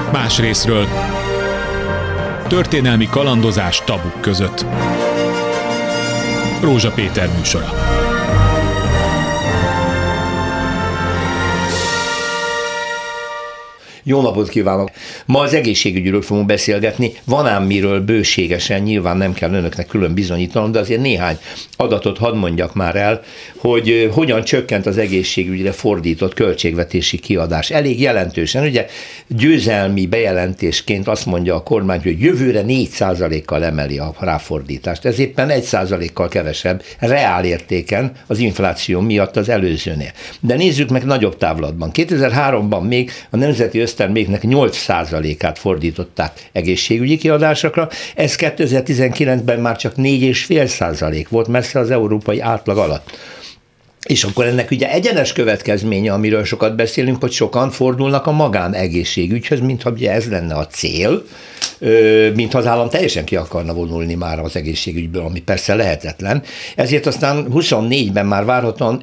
Más részről. Történelmi kalandozás tabuk között. Rózsa Péter műsora. Jó napot kívánok! Ma az egészségügyről fogunk beszélgetni, van ám miről bőségesen, nyilván nem kell önöknek külön bizonyítanom, de azért néhány adatot hadd mondjak már el, hogy hogyan csökkent az egészségügyre fordított költségvetési kiadás. Elég jelentősen, ugye győzelmi bejelentésként azt mondja a kormány, hogy jövőre 4%-kal emeli a ráfordítást. Ez éppen 1%-kal kevesebb reál értéken az infláció miatt az előzőnél. De nézzük meg nagyobb távlatban. 2003-ban még a nemzeti összterméknek 8%-át fordították egészségügyi kiadásokra, ez 2019-ben már csak 4,5% volt, messze az európai átlag alatt. És akkor ennek ugye egyenes következménye, amiről sokat beszélünk, hogy sokan fordulnak a magánegészségügyhöz, mintha ugye ez lenne a cél, mintha az állam teljesen ki akarna vonulni már az egészségügyből, ami persze lehetetlen. Ezért aztán 24-ben már várhatóan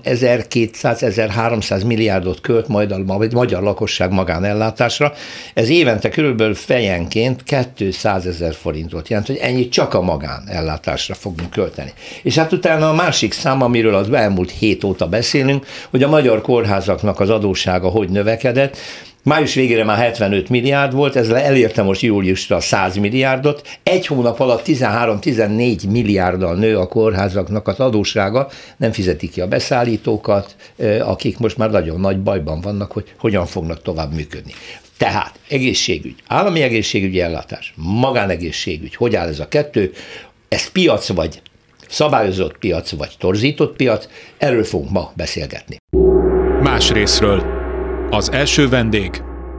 1200-1300 milliárdot költ majd a magyar lakosság magánellátásra. Ez évente körülbelül fejenként 200 000 forintot jelent, hogy ennyit csak a magánellátásra fogunk költeni. És hát utána a másik szám, amiről az elmúlt 7 óta beszélünk, hogy a magyar kórházaknak az adóssága hogy növekedett. Május végére már 75 milliárd volt, ez elérte most júliusra 100 milliárdot, egy hónap alatt 13-14 milliárddal nő a kórházaknak az adóssága, nem fizetik ki a beszállítókat, akik most már nagyon nagy bajban vannak, hogy hogyan fognak tovább működni. Tehát egészségügy, állami egészségügyi ellátás, magánegészségügy, hogy áll ez a kettő, ez piac vagy szabályozott piac, vagy torzított piac, erről fogunk ma beszélgetni. Más részről. Az első vendég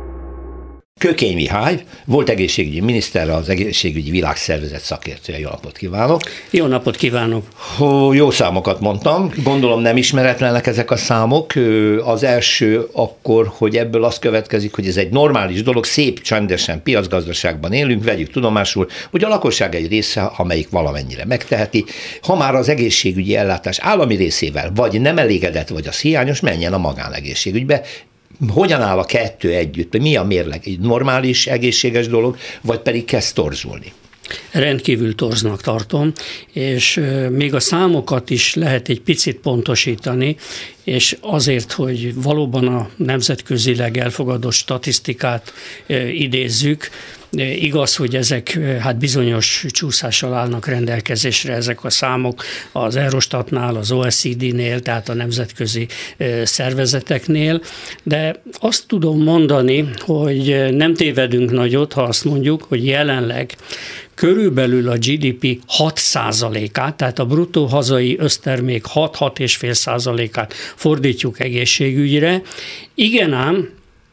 Kökény Mihály, volt egészségügyi miniszter, az egészségügyi világszervezet szakértője. Jó napot kívánok! Jó napot kívánok! Jó számokat mondtam, gondolom nem ismeretlenek ezek a számok. Az első akkor, hogy ebből az következik, hogy ez egy normális dolog, szép, csendesen piacgazdaságban élünk, vegyük tudomásul, hogy a lakosság egy része, amelyik valamennyire megteheti, ha már az egészségügyi ellátás állami részével vagy nem elégedett, vagy az hiányos, menjen a magánegészségügybe. Hogyan áll a kettő együtt? Mi a mérleg? Egy normális, egészséges dolog, vagy pedig kezd torzulni? Rendkívül torznak tartom, és még a számokat is lehet egy picit pontosítani, és azért, hogy valóban a nemzetközileg elfogadott statisztikát idézzük, igaz, hogy ezek hát bizonyos csúszással állnak rendelkezésre ezek a számok az Eurostatnál, az OECD-nél, tehát a nemzetközi szervezeteknél, de azt tudom mondani, hogy nem tévedünk nagyot, ha azt mondjuk, hogy jelenleg körülbelül a GDP 6%-át, tehát a bruttó hazai össztermék 6-6,5%-át fordítjuk egészségügyre. Igen ám,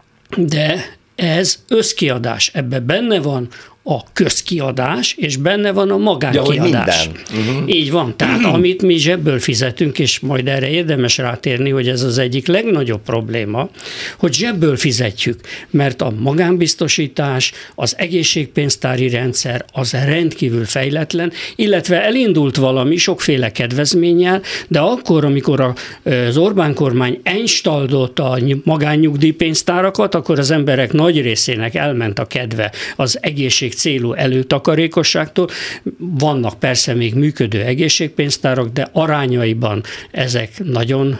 de ez összkiadás, ebben benne van a közkiadás, és benne van a magánkiadás. Így van, tehát amit mi zsebből fizetünk, és majd erre érdemes rátérni, hogy ez az egyik legnagyobb probléma, hogy zsebből fizetjük, mert a magánbiztosítás, az egészségpénztári rendszer az rendkívül fejletlen, illetve elindult valami sokféle kedvezménnyel, de akkor, amikor az Orbán kormány einstaldolt a magánnyugdíjpénztárakat, akkor az emberek nagy részének elment a kedve az egészség célú előtakarékosságtól. Vannak persze még működő egészségpénztárak, de arányaiban ezek nagyon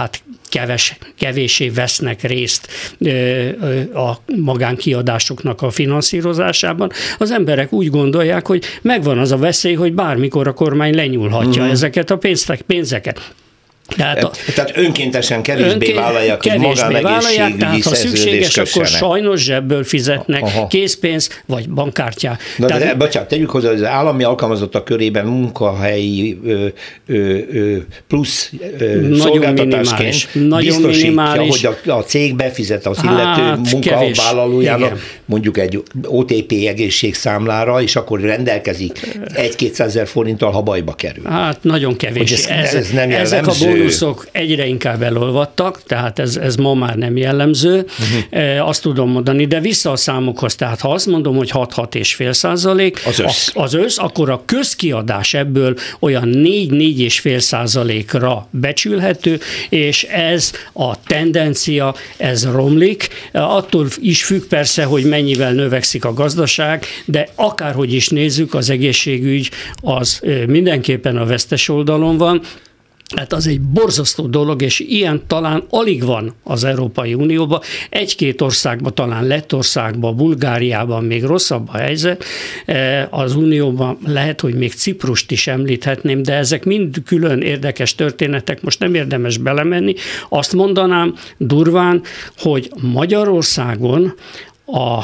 kevéssé vesznek részt a magánkiadásoknak a finanszírozásában. Az emberek úgy gondolják, hogy megvan az a veszély, hogy bármikor a kormány lenyúlhatja ezeket a pénzeket. Tehát önkéntesen kevésbé vállalják, hogy magánegészségügyi tehát ha szükséges, kössenek. akkor sajnos zsebből fizetnek készpénz vagy bankkártyát. Bocsánat, tegyük hozzá, hogy az állami alkalmazottak körében munkahelyi plusz szolgáltatásként biztosítja, hogy a cég befizet az illető munkavállalójának mondjuk egy OTP egészségszámlára, és akkor rendelkezik 1-200 000 forinttal, ha bajba kerül. Hát nagyon kevés. Ez nem ezek a mínuszok egyre inkább elolvadtak, tehát ez ma már nem jellemző, azt tudom mondani, de vissza a számokhoz, tehát ha azt mondom, hogy 6-6,5% az össz, akkor a közkiadás ebből olyan 4-4,5%-ra becsülhető, és ez a tendencia, ez romlik, attól is függ persze, hogy mennyivel növekszik a gazdaság, de akárhogy is nézzük, az egészségügy az mindenképpen a vesztes oldalon van. Hát az egy borzasztó dolog, és ilyen talán alig van az Európai Unióban. Egy-két országban, talán Lettországban, Bulgáriában még rosszabb a helyzet. Az Unióban lehet, hogy még Ciprust is említhetném, de ezek mind külön érdekes történetek, most nem érdemes belemenni. Azt mondanám durván, hogy Magyarországon a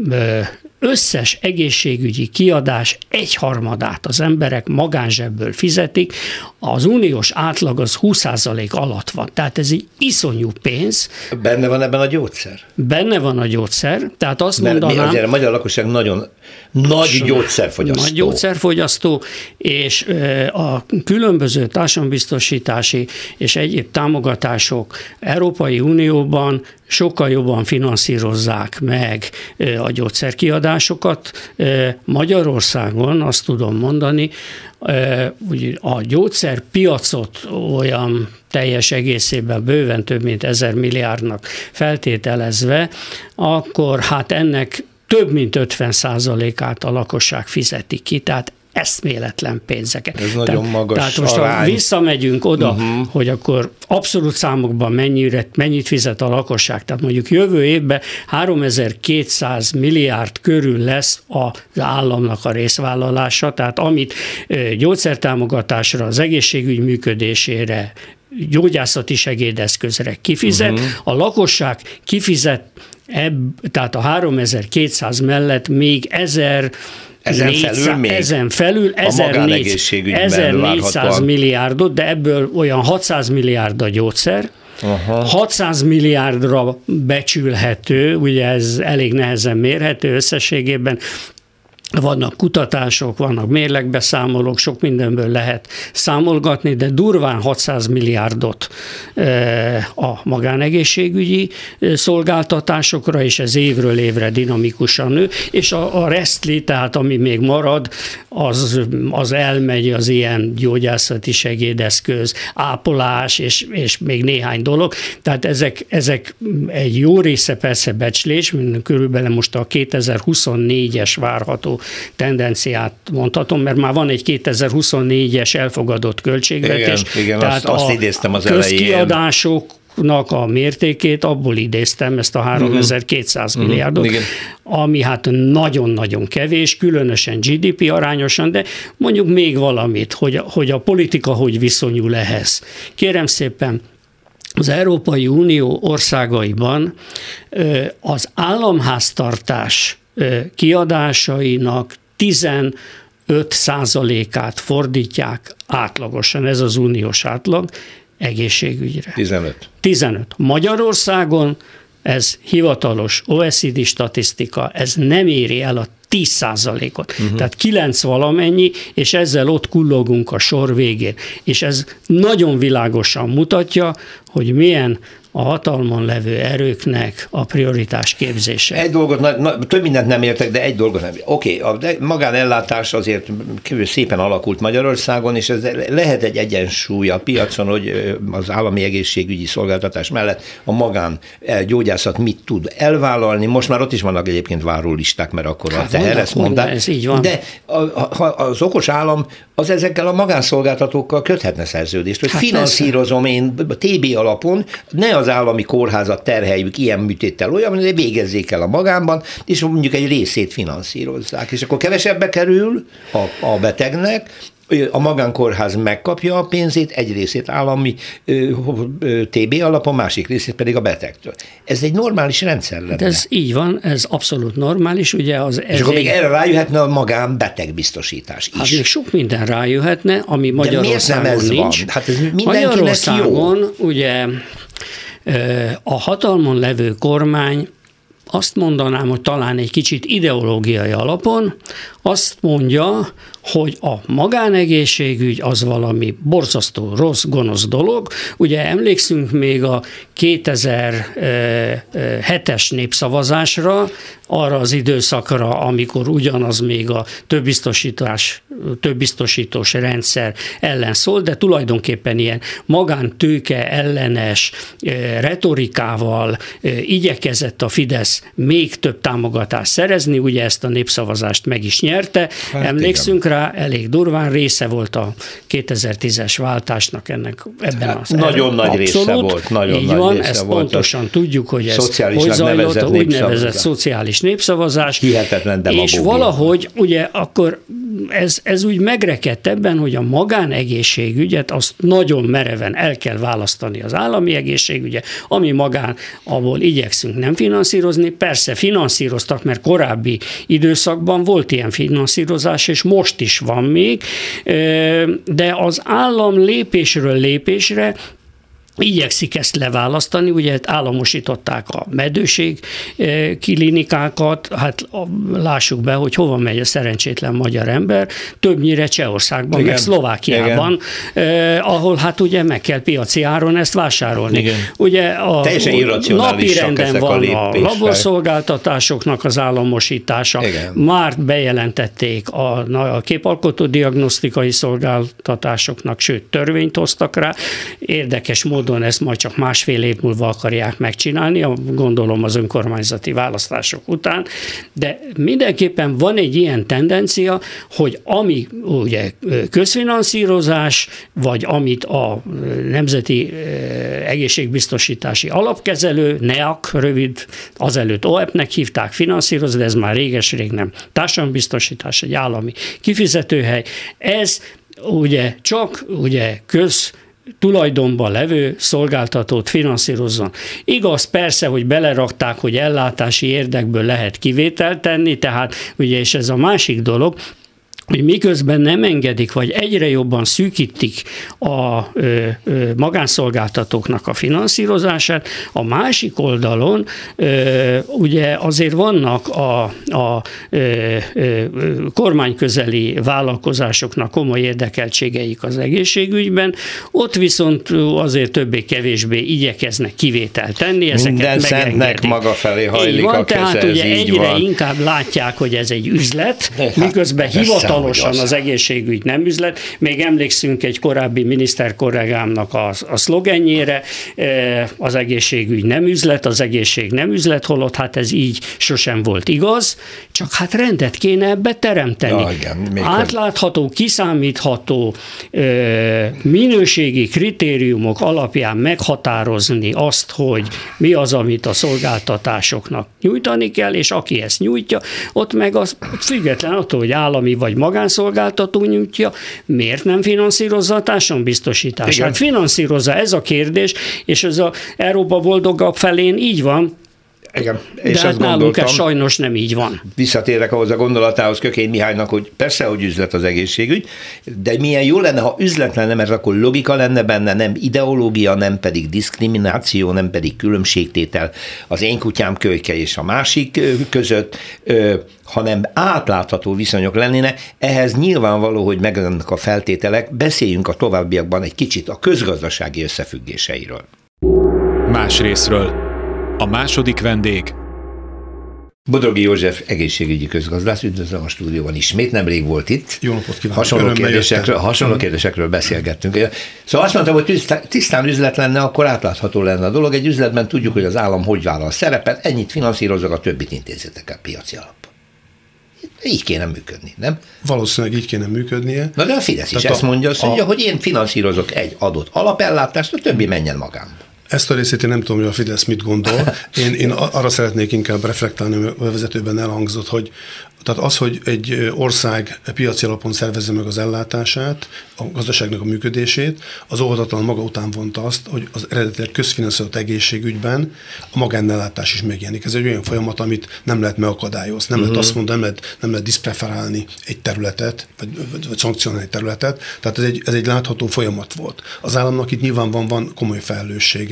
összes egészségügyi kiadás 1/3 az emberek magánzsebből fizetik, az uniós átlag az 20% alatt van. Tehát ez egy iszonyú pénz. Benne van ebben a gyógyszer? Benne van a gyógyszer. Tehát azt mondanám... Azért a magyar lakosság nagyon nagy gyógyszerfogyasztó. Nagy gyógyszerfogyasztó, és a különböző társadalombiztosítási és egyéb támogatások Európai Unióban sokkal jobban finanszírozzák meg a gyógyszerkiadásokat. Magyarországon azt tudom mondani, a gyógyszerpiacot olyan teljes egészében bőven több mint 1000 milliárdnak feltételezve, akkor hát ennek több mint 50%-át a lakosság fizeti ki, tehát eszméletlen pénzeket. Ez nagyon magas tehát most arány. Visszamegyünk oda, hogy akkor abszolút számokban mennyit fizet a lakosság. Tehát mondjuk jövő évben 3200 milliárd körül lesz az államnak a részvállalása, tehát amit gyógyszertámogatásra, az egészségügy működésére, gyógyászati segédeszközre kifizet, a lakosság kifizet tehát a 3200 mellett még ezen felül 1400 milliárdot, de ebből olyan 600 milliárd a gyógyszer, 600 milliárdra becsülhető, ugye ez elég nehezen mérhető összességében, vannak kutatások, vannak mérlegbeszámolók, sok mindenből lehet számolgatni, de durván 600 milliárdot a magánegészségügyi szolgáltatásokra, és ez évről évre dinamikusan nő, és a resztli, tehát ami még marad, az elmegy az ilyen gyógyászati segédeszköz, ápolás, és még néhány dolog. Tehát ezek egy jó része persze becslés, körülbelül most a 2024-es várható tendenciát mondhatom, mert már van egy 2024-es elfogadott költségvetés. Igen, tehát azt idéztem az elején. Közkiadásoknak a mértékét, abból idéztem ezt a 3200 milliárdot, ami hát nagyon-nagyon kevés, különösen GDP arányosan, de mondjuk még valamit, hogy a politika hogy viszonyul ehhez. Kérem szépen, az Európai Unió országaiban az államháztartás kiadásainak 15%-át fordítják átlagosan, ez az uniós átlag, egészségügyre. 15. Magyarországon ez hivatalos OECD statisztika, ez nem éri el a 10%-ot. Tehát 9 valamennyi, és ezzel ott kullogunk a sor végén. És ez nagyon világosan mutatja, hogy milyen a hatalmon levő erőknek a prioritás képzése. Egy dolgot, több mindent nem értek, de egy dolgot nem. Oké, a magánellátás azért kívül szépen alakult Magyarországon, és ez lehet egy egyensúly a piacon, hogy az állami egészségügyi szolgáltatás mellett a magán gyógyászat mit tud elvállalni. Most már ott is vannak egyébként várólisták, mert akkor a teher, ezt mondták. Ez így van. De az okos állam az ezekkel a magánszolgáltatókkal köthetne szerződést, hogy finanszírozom én TB alapon, ne az állami kórházat terheljük ilyen műtéttel olyan, de végezzék el a magánban, és mondjuk egy részét finanszírozzák. És akkor kevesebbe kerül a betegnek, a magánkórház megkapja a pénzét, egy részét állami TB alapon, másik részét pedig a betegtől. Ez egy normális rendszer lenne. De ez így van, ez abszolút normális. Ugye és akkor még erre rájöhetne a magánbetegbiztosítás is. Hát még sok minden rájöhetne, ami Magyarországon nincs. Van? Hát ez mindenkinek Magyarországon jó. Ugye a hatalmon levő kormány, azt mondanám, hogy talán egy kicsit ideológiai alapon azt mondja, hogy a magánegészségügy az valami borzasztó rossz, gonosz dolog. Ugye emlékszünk még a 2007-es népszavazásra, arra az időszakra, amikor ugyanaz még a többbiztosítós rendszer ellen szól, de tulajdonképpen ilyen magántőke ellenes retorikával igyekezett a Fidesz még több támogatást szerezni, ugye ezt a népszavazást meg is nyerte. Hát emlékszünk rá, elég durván része volt a 2010-es váltásnak ebben az. Nagyon nagy része volt. Így van, ezt pontosan tudjuk, hogy ez hogy zajlott, a úgynevezett szociális népszavazás. Hihetetlen demagógia. És valahogy ugye akkor ez úgy megrekedt ebben, hogy a magánegészségügyet azt nagyon mereven el kell választani az állami egészségügyet, ami magán, abból igyekszünk nem finanszírozni. Persze finanszíroztak, mert korábbi időszakban volt ilyen finanszírozás, és most is van még, de az állam lépésről lépésre igyekszik ezt leválasztani, ugye államosították a meddőség klinikákat, hát lássuk be, hogy hova megy a szerencsétlen magyar ember, többnyire Csehországban, igen, meg Szlovákiában, ahol hát ugye meg kell piaci áron ezt vásárolni. Igen. Ugye a napirenden van a laborszolgáltatásoknak az államosítása, igen. Már bejelentették a képalkotó diagnosztikai szolgáltatásoknak, sőt törvényt hoztak rá, érdekes módon ezt majd csak másfél év múlva akarják megcsinálni, gondolom az önkormányzati választások után, de mindenképpen van egy ilyen tendencia, hogy ami ugye közfinanszírozás, vagy amit a Nemzeti Egészségbiztosítási Alapkezelő, NEAK, rövid, azelőtt OEP-nek hívták, finanszírozni, de ez már réges-rég nem. Társadalombiztosítás, egy állami kifizetőhely. Ez ugye csak tulajdonban levő szolgáltatót finanszírozzon. Igaz, persze, hogy belerakták, hogy ellátási érdekből lehet kivételt tenni, tehát ugye, és ez a másik dolog, hogy miközben nem engedik, vagy egyre jobban szűkítik a magánszolgáltatóknak a finanszírozását, a másik oldalon ugye azért vannak a kormányközeli vállalkozásoknak komoly érdekeltségeik az egészségügyben, ott viszont azért többé-kevésbé igyekeznek kivételt tenni, ezeket minden szentnek maga felé hajlik a keze, tehát ugye egyre inkább látják, hogy ez egy üzlet, miközben hivatalosan az egészségügy nem üzlet. Még emlékszünk egy korábbi miniszter kollégámnak a szlogenjére, az egészségügy nem üzlet, az egészség nem üzlet, holott hát ez így sosem volt igaz, csak hát rendet kéne ebbe teremteni. Ja, igen, átlátható, kiszámítható, minőségi kritériumok alapján meghatározni azt, hogy mi az, amit a szolgáltatásoknak nyújtani kell, és aki ezt nyújtja, ott meg az független attól, hogy állami vagy magánszolgáltató nyújtja, miért nem finanszírozza a társadalombiztosítását? Hát finanszírozza, ez a kérdés, és ez az Európa boldogabb felén így van. Igen. De és hát nálunk ez sajnos nem így van. Visszatérek ahhoz a gondolatához Kökény Mihálynak, hogy persze, hogy üzlet az egészségügy, de milyen jó lenne, ha üzlet lenne, mert akkor logika lenne benne, nem ideológia, nem pedig diszkrimináció, nem pedig különbségtétel az én kutyám kölyke és a másik között, hanem átlátható viszonyok lennének. Ehhez nyilvánvaló, hogy meglennek a feltételek. Beszéljünk a továbbiakban egy kicsit a közgazdasági összefüggéseiről. Más részről. A második vendég. Bodrogi József egészségügyi közgazdász, üdvözlöm a stúdióban ismét, nemrég volt itt. Jó napot kívánok! Hasonló kérdésekről beszélgettünk. Szóval azt mondtam, hogy tisztán üzlet lenne, akkor átlátható lenne a dolog. Egy üzletben tudjuk, hogy az állam hogy vállal szerepet, ennyit finanszírozok, a többit intézzetek el piaci alapon. Így kéne működni, nem? Valószínűleg így kéne működnie. Na de a Fidesz is ezt mondja, hogy én finanszírozok egy adott alapellátást, a többi menjen magánba. Ezt a részét én nem tudom, hogy a Fidesz mit gondol. Én arra szeretnék inkább reflektálni, a vezetőben elhangzott, hogy tehát az, hogy egy ország piaci alapon szervezze meg az ellátását, a gazdaságnak a működését, az óhatatlan maga után vonta azt, hogy az eredetileg közfinanszírozott egészségügyben a magánellátás is megjelenik. Ez egy olyan folyamat, amit nem lehet megakadályozni, nem lehet azt mondani, nem lehet diszpreferálni egy területet, vagy szankcionálni egy területet. Tehát ez egy látható folyamat volt. Az államnak itt nyilván van komoly felelőssége,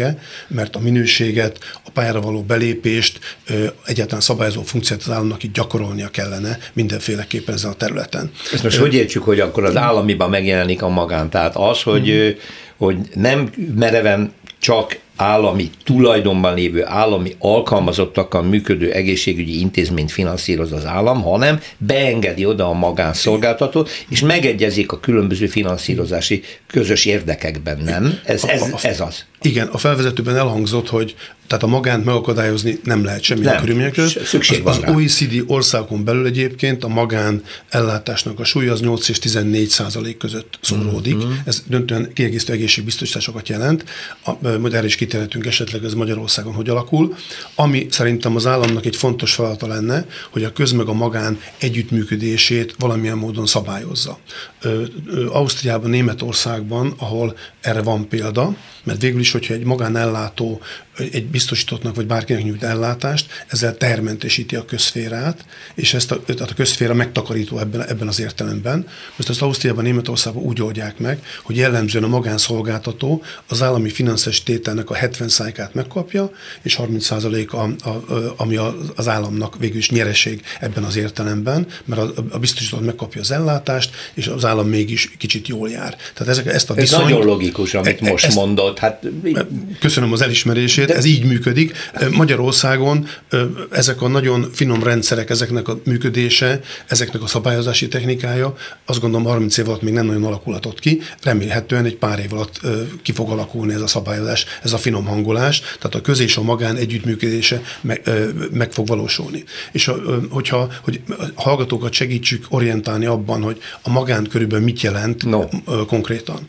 helyre, mert a minőséget, a pályára való belépést, egyáltalán szabályozó funkciót az államnak itt gyakorolnia kellene mindenféleképpen ezen a területen. Ezt most hogy értsük, hogy akkor az államiban megjelenik a magán? Tehát az, hogy nem mereven csak állami tulajdonban lévő állami alkalmazottakkal működő egészségügyi intézményt finanszíroz az állam, hanem beengedi oda a magánszolgáltatót, és megegyezik a különböző finanszírozási közös érdekekben, nem? Ez az. Igen, a felvezetőben elhangzott, hogy tehát a magánt megakadályozni nem lehet semmilyen körülmények között. Szükség van rá. Az OECD országokon belül egyébként a magán ellátásnak a súlya az 8 és 14% között szóródik. Ez döntően kiegészítő egészségbiztosításokat jelent. Majd erre is kitérhetünk esetleg, ez Magyarországon hogy alakul. Ami szerintem az államnak egy fontos feladata lenne, hogy a köz meg a magán együttműködését valamilyen módon szabályozza. Ausztriában, Németországban, ahol erre van példa, mert végül is, hogyha egy magánellátó egy biztosítottnak vagy bárkinek nyújt ellátást, ezzel termentesíti a közszférát, és tehát a közszféra megtakarító ebben az értelemben. Most ezt Ausztriában, Németországban úgy oldják meg, hogy jellemzően a magánszolgáltató az állami finanszírozási tételnek a 70%-át megkapja, és 30% ami az államnak végül is nyereség ebben az értelemben, mert a biztosított megkapja az ellátást, és az állam mégis kicsit jól jár. Tehát ezt a viszonyt, ez nagyon logikus, amit most mondott. Hát... Köszönöm az elismerését, ez így működik. Magyarországon ezek a nagyon finom rendszerek, ezeknek a működése, ezeknek a szabályozási technikája, azt gondolom 30 év alatt még nem nagyon alakulhatott ki, remélhetően egy pár év alatt ki fog alakulni ez a szabályozás, ez a finom hangolás, tehát a köz és a magán együttműködése meg fog valósulni. És hogy hallgatókat segítsük orientálni abban, hogy a magán körülbelül mit jelent konkrétan.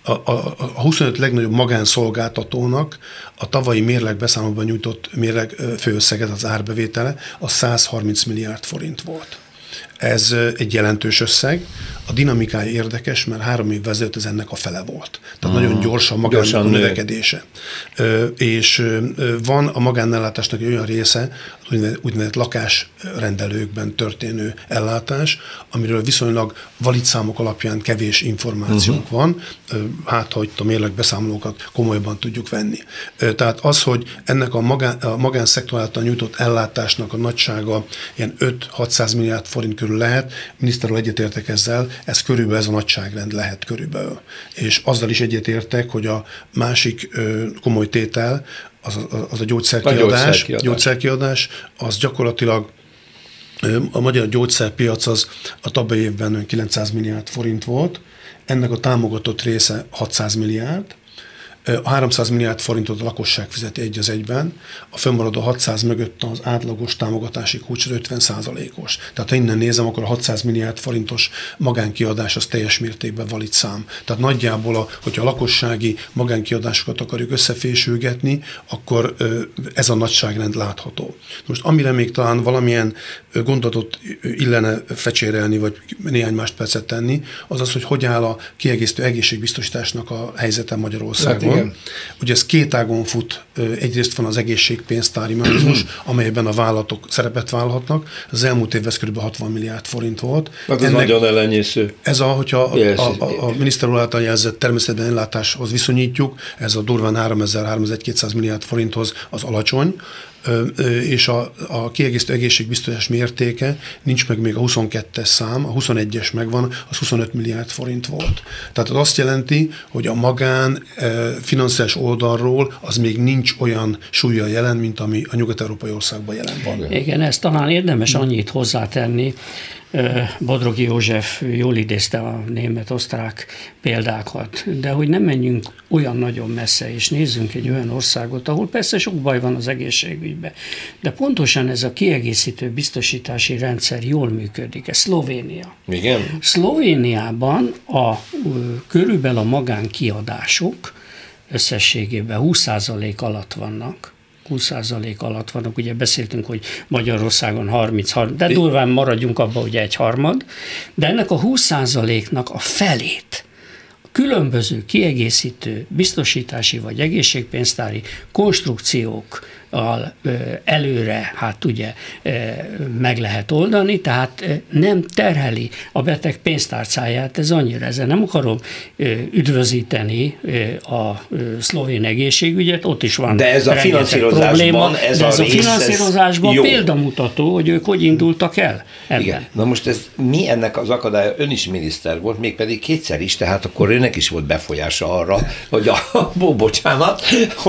A 25 legnagyobb magánszolgáltatónak a tavalyi mérlegbeszámolóban nyújtott mérleg főösszeget, az árbevétele, az 130 milliárd forint volt. Ez egy jelentős összeg. A dinamikája érdekes, mert 3 évvel ezelőtt ez ennek a fele volt. Tehát nagyon gyorsan magánnak a növekedése. És van a magánellátásnak egy olyan része, úgynevezett lakásrendelőkben történő ellátás, amiről viszonylag valid számok alapján kevés információnk van, hát ha itt a mérlegbeszámolókat komolyabban tudjuk venni. Tehát az, hogy ennek a magánszektor által nyújtott ellátásnak a nagysága ilyen 5-600 milliárd forint körül lehet, miniszter úr egyetértek ezzel, ez körülbelül ez a nagyságrend lehet körülbelül. És azzal is egyetértek, hogy a másik komoly tétel, az a gyógyszerkiadás, az gyakorlatilag a magyar gyógyszerpiac az a tavalyi évben 900 milliárd forint volt, ennek a támogatott része 600 milliárd, a 300 milliárd forintot a lakosság fizeti egy az egyben, a fönnmaradó 600 mögött az átlagos támogatási kulcs 50%-os. Tehát ha innen nézem, akkor a 600 milliárd forintos magánkiadás az teljes mértékben valid szám. Tehát nagyjából, hogyha a lakossági magánkiadásokat akarjuk összefésülgetni, akkor ez a nagyságrend látható. Most amire még talán valamilyen gondolatot illene fecsérelni, vagy néhány másodpercet tenni, az az, hogy áll a kiegészítő egészségbiztosításnak a helyzete Magyarországon. Hát ugye ez két ágon fut, egyrészt van az egészségpénztári mechanizmus, amelyben a vállalatok szerepet vállalhatnak. Az elmúlt évben kb. 60 milliárd forint volt. Hát ez nagyon ellenyésző. Ez hogyha a miniszter úr által jelzett természetben ellátáshoz viszonyítjuk, ez a durván 3200 milliárd forinthoz az alacsony, és a kiegészítő egészségbiztosítás mértéke nincs meg még a 22-es szám, a 21-es megvan, az 25 milliárd forint volt. Tehát az azt jelenti, hogy a magán finanszírozás oldalról az még nincs olyan súlya jelen, mint ami a nyugat-európai országban jelen van. Igen, ezt talán érdemes annyit hozzátenni, Bodrogi József jól idézte a német-osztrák példákat, de hogy nem menjünk olyan nagyon messze, és nézzünk egy olyan országot, ahol persze sok baj van az egészségügyben, de pontosan ez a kiegészítő biztosítási rendszer jól működik. Ez Szlovénia. Igen. Szlovéniában körülbelül a magánkiadások összességében 20% alatt vannak, 20% alatt vannak, ugye beszéltünk, hogy Magyarországon 30, de durván maradjunk abban, hogy 1/3, de ennek a 20%-nak a felét különböző kiegészítő biztosítási vagy egészségpénztári konstrukciók előre, hát ugye meg lehet oldani, tehát nem terheli a beteg pénztárcáját, ez annyira, ezzel nem akarom üdvözíteni a szlovén egészségügyet, ott is van de ez a finanszírozásban, ez a finanszírozásban példamutató, hogy ők hogy indultak el ebben. Igen. Na most mi ennek az akadálya? Ön is miniszter volt, mégpedig kétszer is, tehát akkor őnek is volt befolyása arra, hogy bocsánat,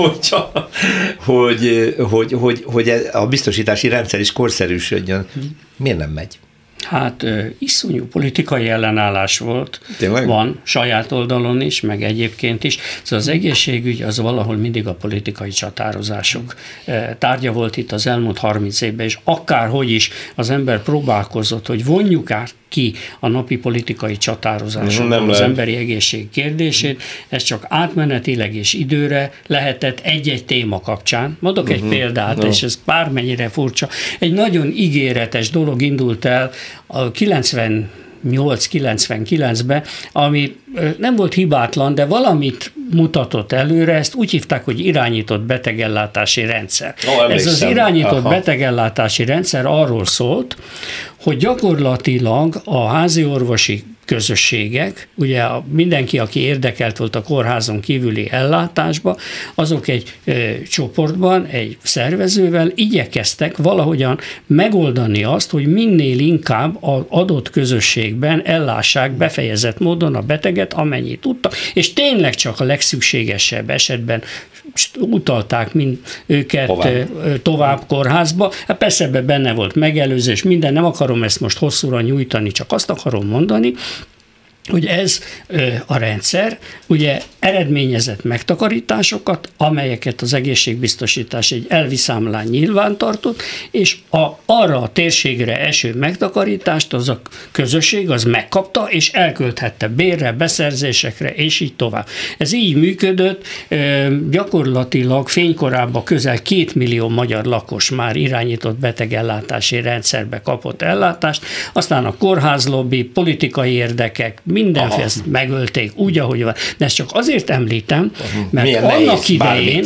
hogy a biztosítási rendszer is korszerűsödjön. Miért nem megy? Hát iszonyú politikai ellenállás volt. Tényleg? Van saját oldalon is, meg egyébként is. Szóval az egészségügy az valahol mindig a politikai csatározások tárgya volt itt az elmúlt 30 évben, és akárhogy is az ember próbálkozott, hogy vonjuk át ki a napi politikai csatározásokból az emberi egészség kérdését, ez csak átmenetileg és időre lehetett egy-egy téma kapcsán. Mondok egy példát, és ez bármennyire furcsa. Egy nagyon ígéretes dolog indult el a 98-99-ben, ami nem volt hibátlan, de valamit mutatott előre, ezt úgy hívták, hogy irányított betegellátási rendszer. Ez az irányított betegellátási rendszer arról szólt, hogy gyakorlatilag a háziorvosi közösségek, ugye mindenki, aki érdekelt volt a kórházon kívüli ellátásba, azok egy csoportban, egy szervezővel igyekeztek valahogyan megoldani azt, hogy minél inkább az adott közösségben ellássák befejezett módon a beteget, amennyit tudtak, és tényleg csak a legszükségesebb esetben utalták őket tovább kórházba. Hát persze ebben benne volt megelőzés, minden, nem akarom ezt most hosszúra nyújtani, csak azt akarom mondani, hogy ez a rendszer ugye eredményezett megtakarításokat, amelyeket az egészségbiztosítás egy elvi számlán nyilvántartott, és arra a térségre eső megtakarítást az a közösség az megkapta, és elkölthette bérre, beszerzésekre, és így tovább. Ez így működött, gyakorlatilag fénykorában közel 2 millió magyar lakos már irányított betegellátási rendszerbe kapott ellátást, aztán a kórházlobbi, politikai érdekek, mindenféle ezt megölték úgy, ahogy van. De ezt csak azért említem, mert milyen annak idején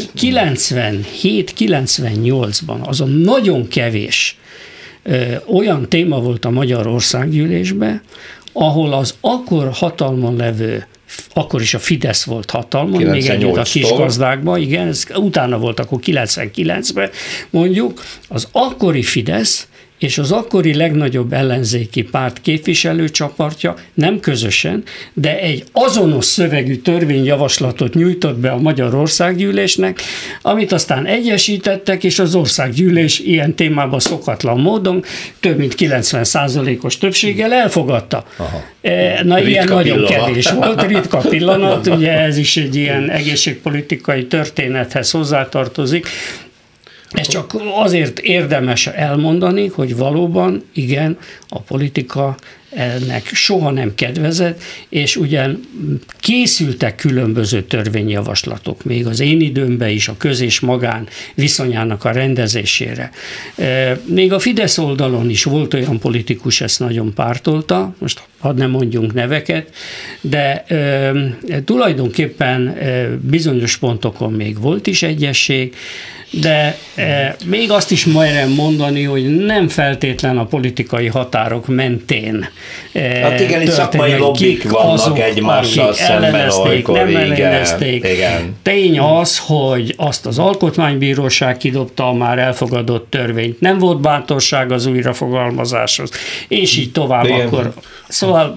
97-98-ban azon nagyon kevés olyan téma volt a Magyar Országgyűlésben, ahol az akkor hatalmon levő, akkor is a Fidesz volt hatalmon, még együtt a kisgazdákban, igen, ez utána volt akkor 99-ben, mondjuk, az akkori Fidesz és az akkori legnagyobb ellenzéki párt képviselőcsoportja nem közösen, de egy azonos szövegű törvényjavaslatot nyújtott be a Magyar Országgyűlésnek, amit aztán egyesítettek, és az Országgyűlés ilyen témában szokatlan módon több mint 90%-os többséggel elfogadta. Na, ilyen nagyon kevés volt, ritka pillanat, ugye ez is egy ilyen egészségpolitikai történethez hozzátartozik. Ez csak azért érdemes elmondani, hogy valóban, igen, a politika ennek soha nem kedvezett, és ugyan készültek különböző törvényjavaslatok, még az én időmben is a köz és magán viszonyának a rendezésére. Még a Fidesz oldalon is volt olyan politikus, ezt nagyon pártolta, most hadd ne mondjunk neveket, de tulajdonképpen bizonyos pontokon még volt is egyesség, de még azt is merem mondani, hogy nem feltétlen a politikai határok mentén. Hát igen, itt szakmai lobbik vannak egymással szemben olykor. Nem ellenezték. Igen. Tény az, hogy azt az Alkotmánybíróság kidobta a már elfogadott törvényt, nem volt bántorság az újrafogalmazáshoz, és így tovább igen. Akkor. Szóval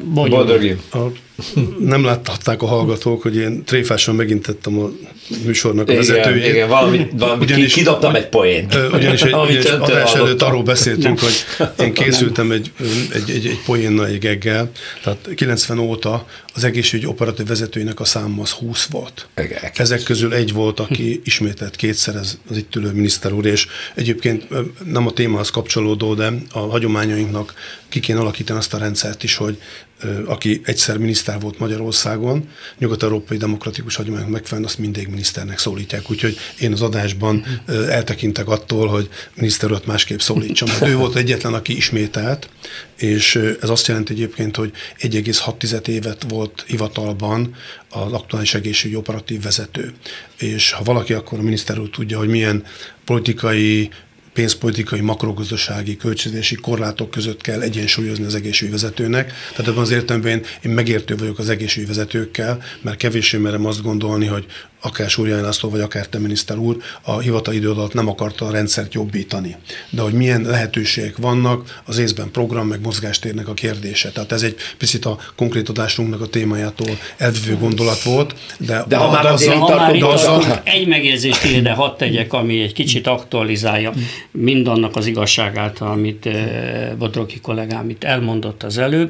nem láthatták a hallgatók, hogy én tréfásan megintettem a műsornak a vezetőjét. Igen, ugyanis kidobtam egy poént. Ugyanis egy adás előtt arról beszéltünk, hogy én készültem egy poénnal, egy geggel, tehát 90 óta az egészségügy operatív vezetőinek a száma az 20 volt. Ezek közül egy volt, aki ismételt kétszer, az itt ülő miniszter úr, és egyébként nem a témához kapcsolódó, de a hagyományainknak ki kéne alakítani azt a rendszert is, hogy aki egyszer miniszter volt Magyarországon, nyugat-európai demokratikus hagyományok megfelelően azt mindig miniszternek szólítják, úgyhogy én az adásban eltekintek attól, hogy miniszter urat másképp szólítsam. Mert ő volt egyetlen, aki ismételt, és ez azt jelenti egyébként, hogy 1,6 évet volt hivatalban az aktuális egészségügyi operatív vezető. És ha valaki, akkor a miniszter úr tudja, hogy milyen politikai, pénzpolitikai, makrogazdasági, költségvetési korlátok között kell egyensúlyozni az egészségügyi vezetőnek. Tehát ebben az értelemben én megértő vagyok az egészségügyi vezetőkkel, mert kevéssé merem azt gondolni, hogy akár Súrjai László, vagy akár te miniszter úr a hivatali idő alatt nem akarta a rendszert jobbítani. De hogy milyen lehetőségek vannak, az észben program, meg mozgástérnek a kérdése. Tehát ez egy picit a konkrét adásunknak a témájától elvívő gondolat volt. De ha már azzal egy megjegyzést ide hadd tegyek, ami egy kicsit aktualizálja mindannak az igazságát, amit Bodrogi kollégám itt elmondott az előbb.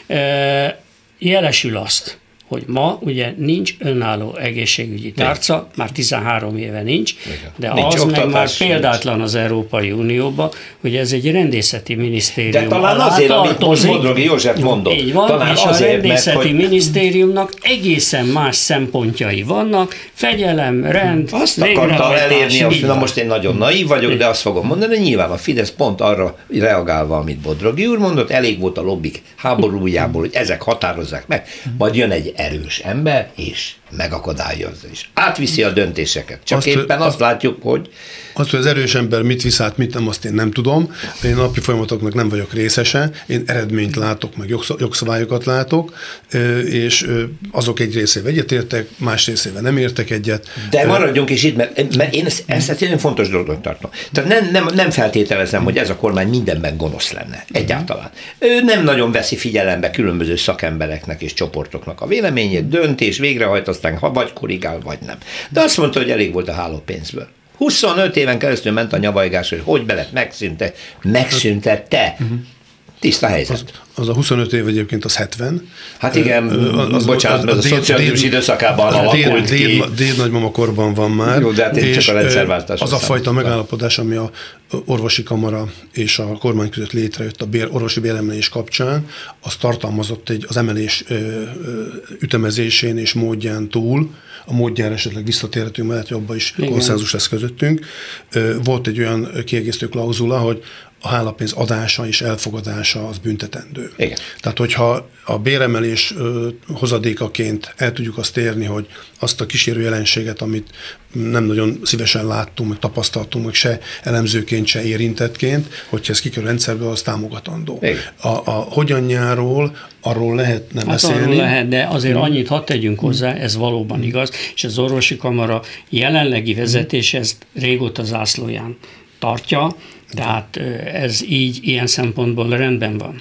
Jelesül azt, hogy ma ugye nincs önálló egészségügyi tárca, már 13 éve nincs, de nincs az meg már példátlan az Európai Unióban, hogy ez egy rendészeti minisztérium. De talán azért, amit most Bodrogi József mondott. Így van, talán és azért, a rendészeti minisztériumnak egészen más szempontjai vannak, fegyelem, rend, azt akarta elérni, na most én nagyon naív vagyok, de azt fogom mondani, hogy nyilván a Fidesz pont arra reagálva, amit Bodrogi úr mondott, elég volt a lobbik háborújából, hogy ezek határozzák meg, majd jön egy erős ember, és megakadályozza, és átviszi a döntéseket. Csak éppen azt látjuk, hogy... Azt, hogy az erős ember mit visz át, mit nem, azt én nem tudom. Én napi folyamatoknak nem vagyok részese, én eredményt látok, meg jogszabályokat látok, és azok egy részével egyetértek, más részével nem értek egyet. De maradjunk is itt, mert én ezt egy fontos dolognak tartom. Tehát nem feltételezem, hogy ez a kormány mindenben gonosz lenne. Egyáltalán. Ő nem nagyon veszi figyelembe különböző szakembereknek és csoportoknak a véleményét, döntés, végrehajt, aztán vagy korrigál, vagy nem. De azt mondta, hogy elég volt a hálópénzből. 25 éven keresztül ment a nyavajgás, hogy be lett megszüntette. Tiszta helyzet. Az a 25 év egyébként az 70. Hát igen, bocsánat, ez a szocializmus időszakában alakult ki. Déd-nagymama korban van már. Jó, de hát én csak a rendszerváltás. Az a fajta megállapodás, ami a orvosi kamara és a kormány között létrejött a orvosi béremelés kapcsán, az tartalmazott az emelés ütemezésén és módján túl, a módjára esetleg visszatérhetünk, mert abban is konszenzus lesz közöttünk. Volt egy olyan kiegészítő klauzula, hogy a hálapénz adása és elfogadása az büntetendő. Igen. Tehát, hogyha a béremelés hozadékaként el tudjuk azt érni, hogy azt a kísérő jelenséget, amit nem nagyon szívesen láttunk, meg tapasztaltunk, meg se elemzőként, se érintettként, hogyha ez kikerül a rendszerből, az támogatandó. A hogyanjáról, arról lehetne beszélni. Arról lehet, de azért annyit hadd tegyünk hozzá, ez valóban igaz, és az orvosi kamara jelenlegi vezetés ezt régóta zászlóján tartja, tehát ez így, ilyen szempontból rendben van.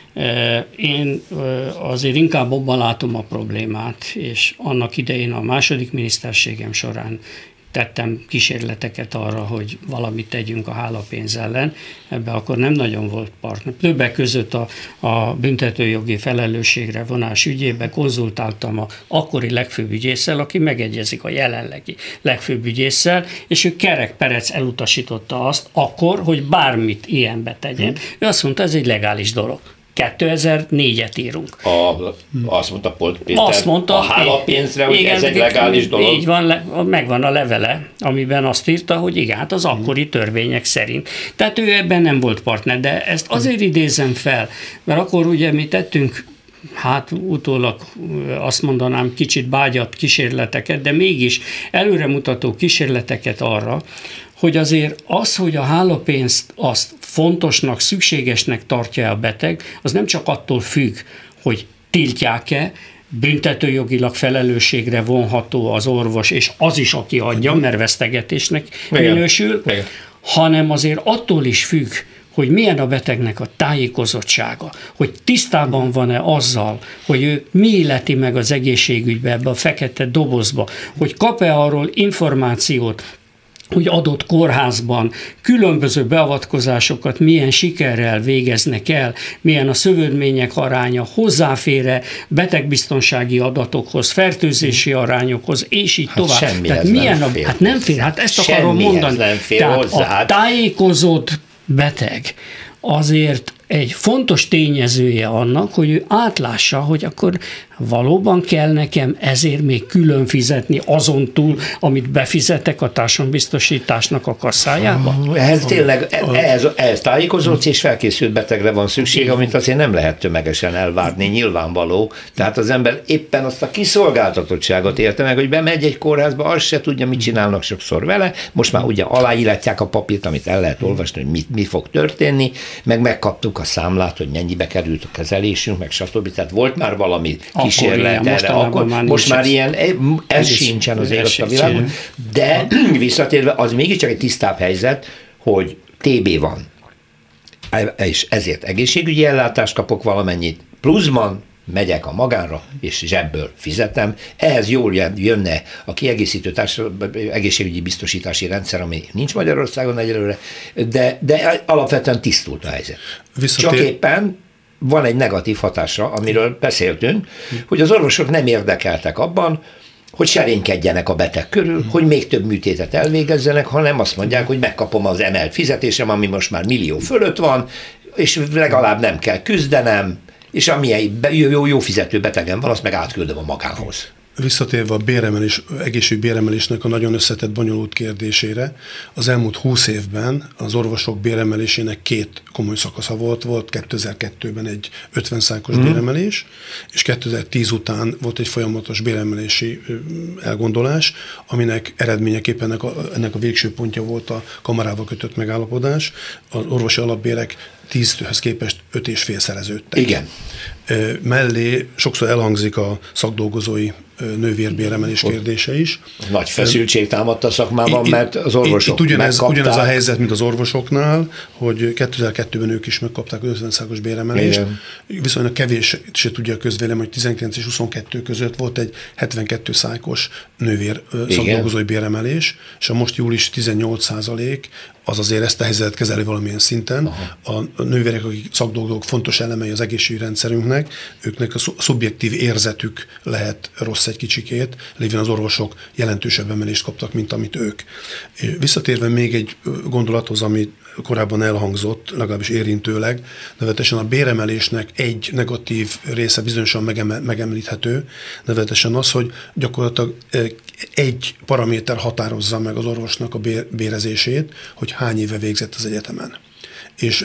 Én azért inkább abban látom a problémát, és annak idején a második miniszterségem során tettem kísérleteket arra, hogy valamit tegyünk a hálapénz ellen. Ebben akkor nem nagyon volt partner. Többek között a büntetőjogi felelősségre vonás ügyében konzultáltam a akkori legfőbb ügyésszel, aki megegyezik a jelenlegi legfőbb ügyésszel, és ő kerekperec elutasította azt akkor, hogy bármit ilyenbe tegyen. Ő azt mondta, ez egy legális dolog. 2004-et írunk. Azt mondta Polt Péter, a hálapénzre, hogy igen, ez egy legális dolog. Így van, megvan a levele, amiben azt írta, hogy igen, hát az akkori törvények szerint. Tehát ő ebben nem volt partner, de ezt azért idézem fel, mert akkor ugye mi tettünk, hát utólag azt mondanám kicsit bágyat kísérleteket, de mégis előremutató kísérleteket arra, hogy azért az, hogy a hálapénzt azt fontosnak, szükségesnek tartja a beteg, az nem csak attól függ, hogy tiltják-e, büntetőjogilag felelősségre vonható az orvos, és az is, aki adja, mert vesztegetésnek minősül, hanem azért attól is függ, hogy milyen a betegnek a tájékozottsága, hogy tisztában van-e azzal, hogy ő mi illeti meg az egészségügybe, ebbe a fekete dobozba, hogy kap-e arról információt, hogy adott kórházban különböző beavatkozásokat milyen sikerrel végeznek el, milyen a szövődmények aránya, hozzáfér-e betegbiztonsági adatokhoz, fertőzési arányokhoz, és így tovább. Tehát milyen nem fér. Hát nem fér, hát ezt akarom mondani. Tehát a tájékozott beteg azért egy fontos tényezője annak, hogy ő átlássa, hogy akkor valóban kell nekem ezért még külön fizetni azon túl, amit befizetek a társadalombiztosításnak a kasszájába? Ehhez tényleg, ehhez tájékozódsz és felkészült betegre van szükség, amit azért nem lehet tömegesen elvárni, nyilvánvaló. Tehát az ember éppen azt a kiszolgáltatottságot érte meg, hogy bemegy egy kórházba, azt se tudja, mit csinálnak sokszor vele. Most már ugye aláíratják a papírt, amit el lehet olvasni, hogy mi fog történni, meg megkaptuk a számlát, hogy mennyibe került a kezelésünk, meg stb. Tehát volt már valami kísérlet erre, akkor most már ilyen, ez sincsen az élet a világon, de visszatérve, az mégiscsak egy tisztább helyzet, hogy TB van, és ezért egészségügyi ellátást kapok valamennyit, pluszban megyek a magánra, és zsebből fizetem. Ehhez jól jönne a kiegészítő egészségügyi biztosítási rendszer, ami nincs Magyarországon egyelőre, de alapvetően tisztult a helyzet. Csak éppen van egy negatív hatása, amiről beszéltünk, hogy az orvosok nem érdekeltek abban, hogy serénykedjenek a beteg körül, hogy még több műtétet elvégezzenek, hanem azt mondják, hogy megkapom az emelt fizetésem, ami most már millió fölött van, és legalább nem kell küzdenem, és amilyen jó fizető betegem van, azt meg átküldöm a magánhoz. Visszatérve a egészségügyi béremelésnek a nagyon összetett, bonyolult kérdésére, az elmúlt 20 évben az orvosok béremelésének 2 komoly szakasza volt 2002-ben egy 50%-os béremelés, és 2010 után volt egy folyamatos béremelési elgondolás, aminek eredményeképpen ennek a végső pontja volt a kamarával kötött megállapodás. Az orvosi alapbérek 10-höz képest 5,5 szereződtek. Igen. Mellé sokszor elhangzik a szakdolgozói nővérbéremelés kérdése is. Nagy feszültség támadt a szakmában, mert az orvosok ugyanez a helyzet, mint az orvosoknál, hogy 2002-ben ők is megkapták az 50%-os béremelést. Viszonylag kevés se tudja a közvélemény, hogy 19 és 22 között volt egy 72%-os nővér szakdolgozói béremelés, és a most július 18% az azért ezt a helyzetet kezeli valamilyen szinten. Aha. A nővérek, akik szakdolgozók, fontos elemei az egészségügyi rendszerünknek, őknek a szubjektív érzetük lehet rossz egy kicsikét, lévén az orvosok jelentősebb emelést kaptak, mint amit ők. Visszatérve még egy gondolathoz, ami korábban elhangzott, legalábbis érintőleg, nevetesen a béremelésnek egy negatív része bizonyosan megemlíthető, nevetesen az, hogy gyakorlatilag egy paraméter határozza meg az orvosnak a bérezését, hogy hány éve végzett az egyetemen. És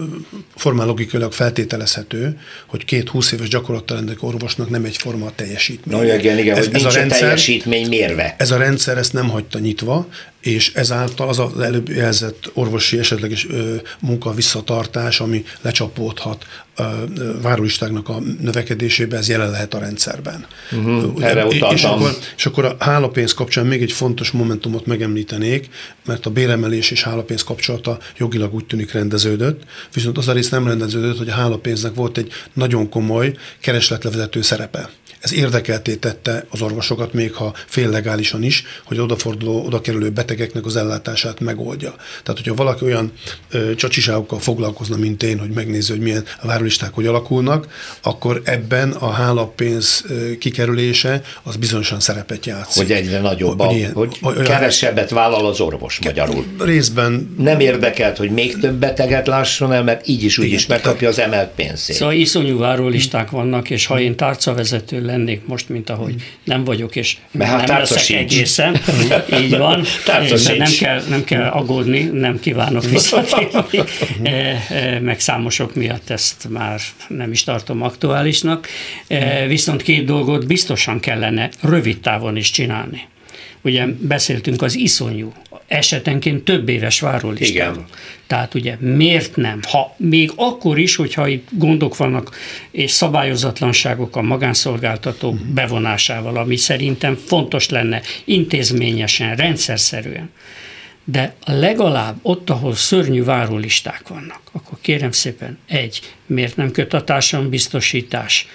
formál logikailag feltételezhető, hogy 2 20 éves gyakorlattal rendelkező orvosnak nem egyforma a teljesítmény. No, igen, hogy nincs a teljesítmény mérve. Ez a rendszer ezt nem hagyta nyitva, és ezáltal az előbb jelzett orvosi esetleges munka visszatartás, ami lecsapódhat várólistáknak a növekedésébe, ez jelen lehet a rendszerben. Erre utaltam. És akkor a hálapénz kapcsán még egy fontos momentumot megemlítenék, mert a béremelés és hálapénz kapcsolata jogilag úgy tűnik rendeződött, viszont az a rész nem rendeződött, hogy a hálapénznek volt egy nagyon komoly keresletlevezető szerepe. Ez érdekelté tette az orvosokat, még ha féllegálisan is, hogy oda kerülő betegeknek az ellátását megoldja. Tehát, hogyha valaki olyan csacsiságokkal foglalkozna, mint én, hogy megnézi, hogy milyen a várólisták hogy alakulnak, akkor ebben a hálapénz kikerülése az bizonyosan szerepet játszik. Hogy egyre nagyobb, hogy kevesebbet vállal az orvos magyarul. Részben. Nem érdekelt, hogy még több beteget lásson el, mert így is úgy is megkapja az emelt pénzét. Szóval iszonyú várólisták vannak, és ha én tárcavezető lennék most, mint ahogy nem vagyok, és nem leszek egészen, így van, nem kell aggódni, nem kívánok visszatérni, meg számosok miatt ezt már nem is tartom aktuálisnak, viszont 2 dolgot biztosan kellene rövid távon is csinálni. Ugye beszéltünk az iszonyú, esetenként több éves várólistáról. Tehát ugye miért nem? Ha még akkor is, hogyha itt gondok vannak és szabályozatlanságok a magánszolgáltatók bevonásával, ami szerintem fontos lenne intézményesen, rendszerszerűen, de legalább ott, ahol szörnyű várólisták vannak, akkor kérem szépen, miért nem köt a társadalombiztosítás,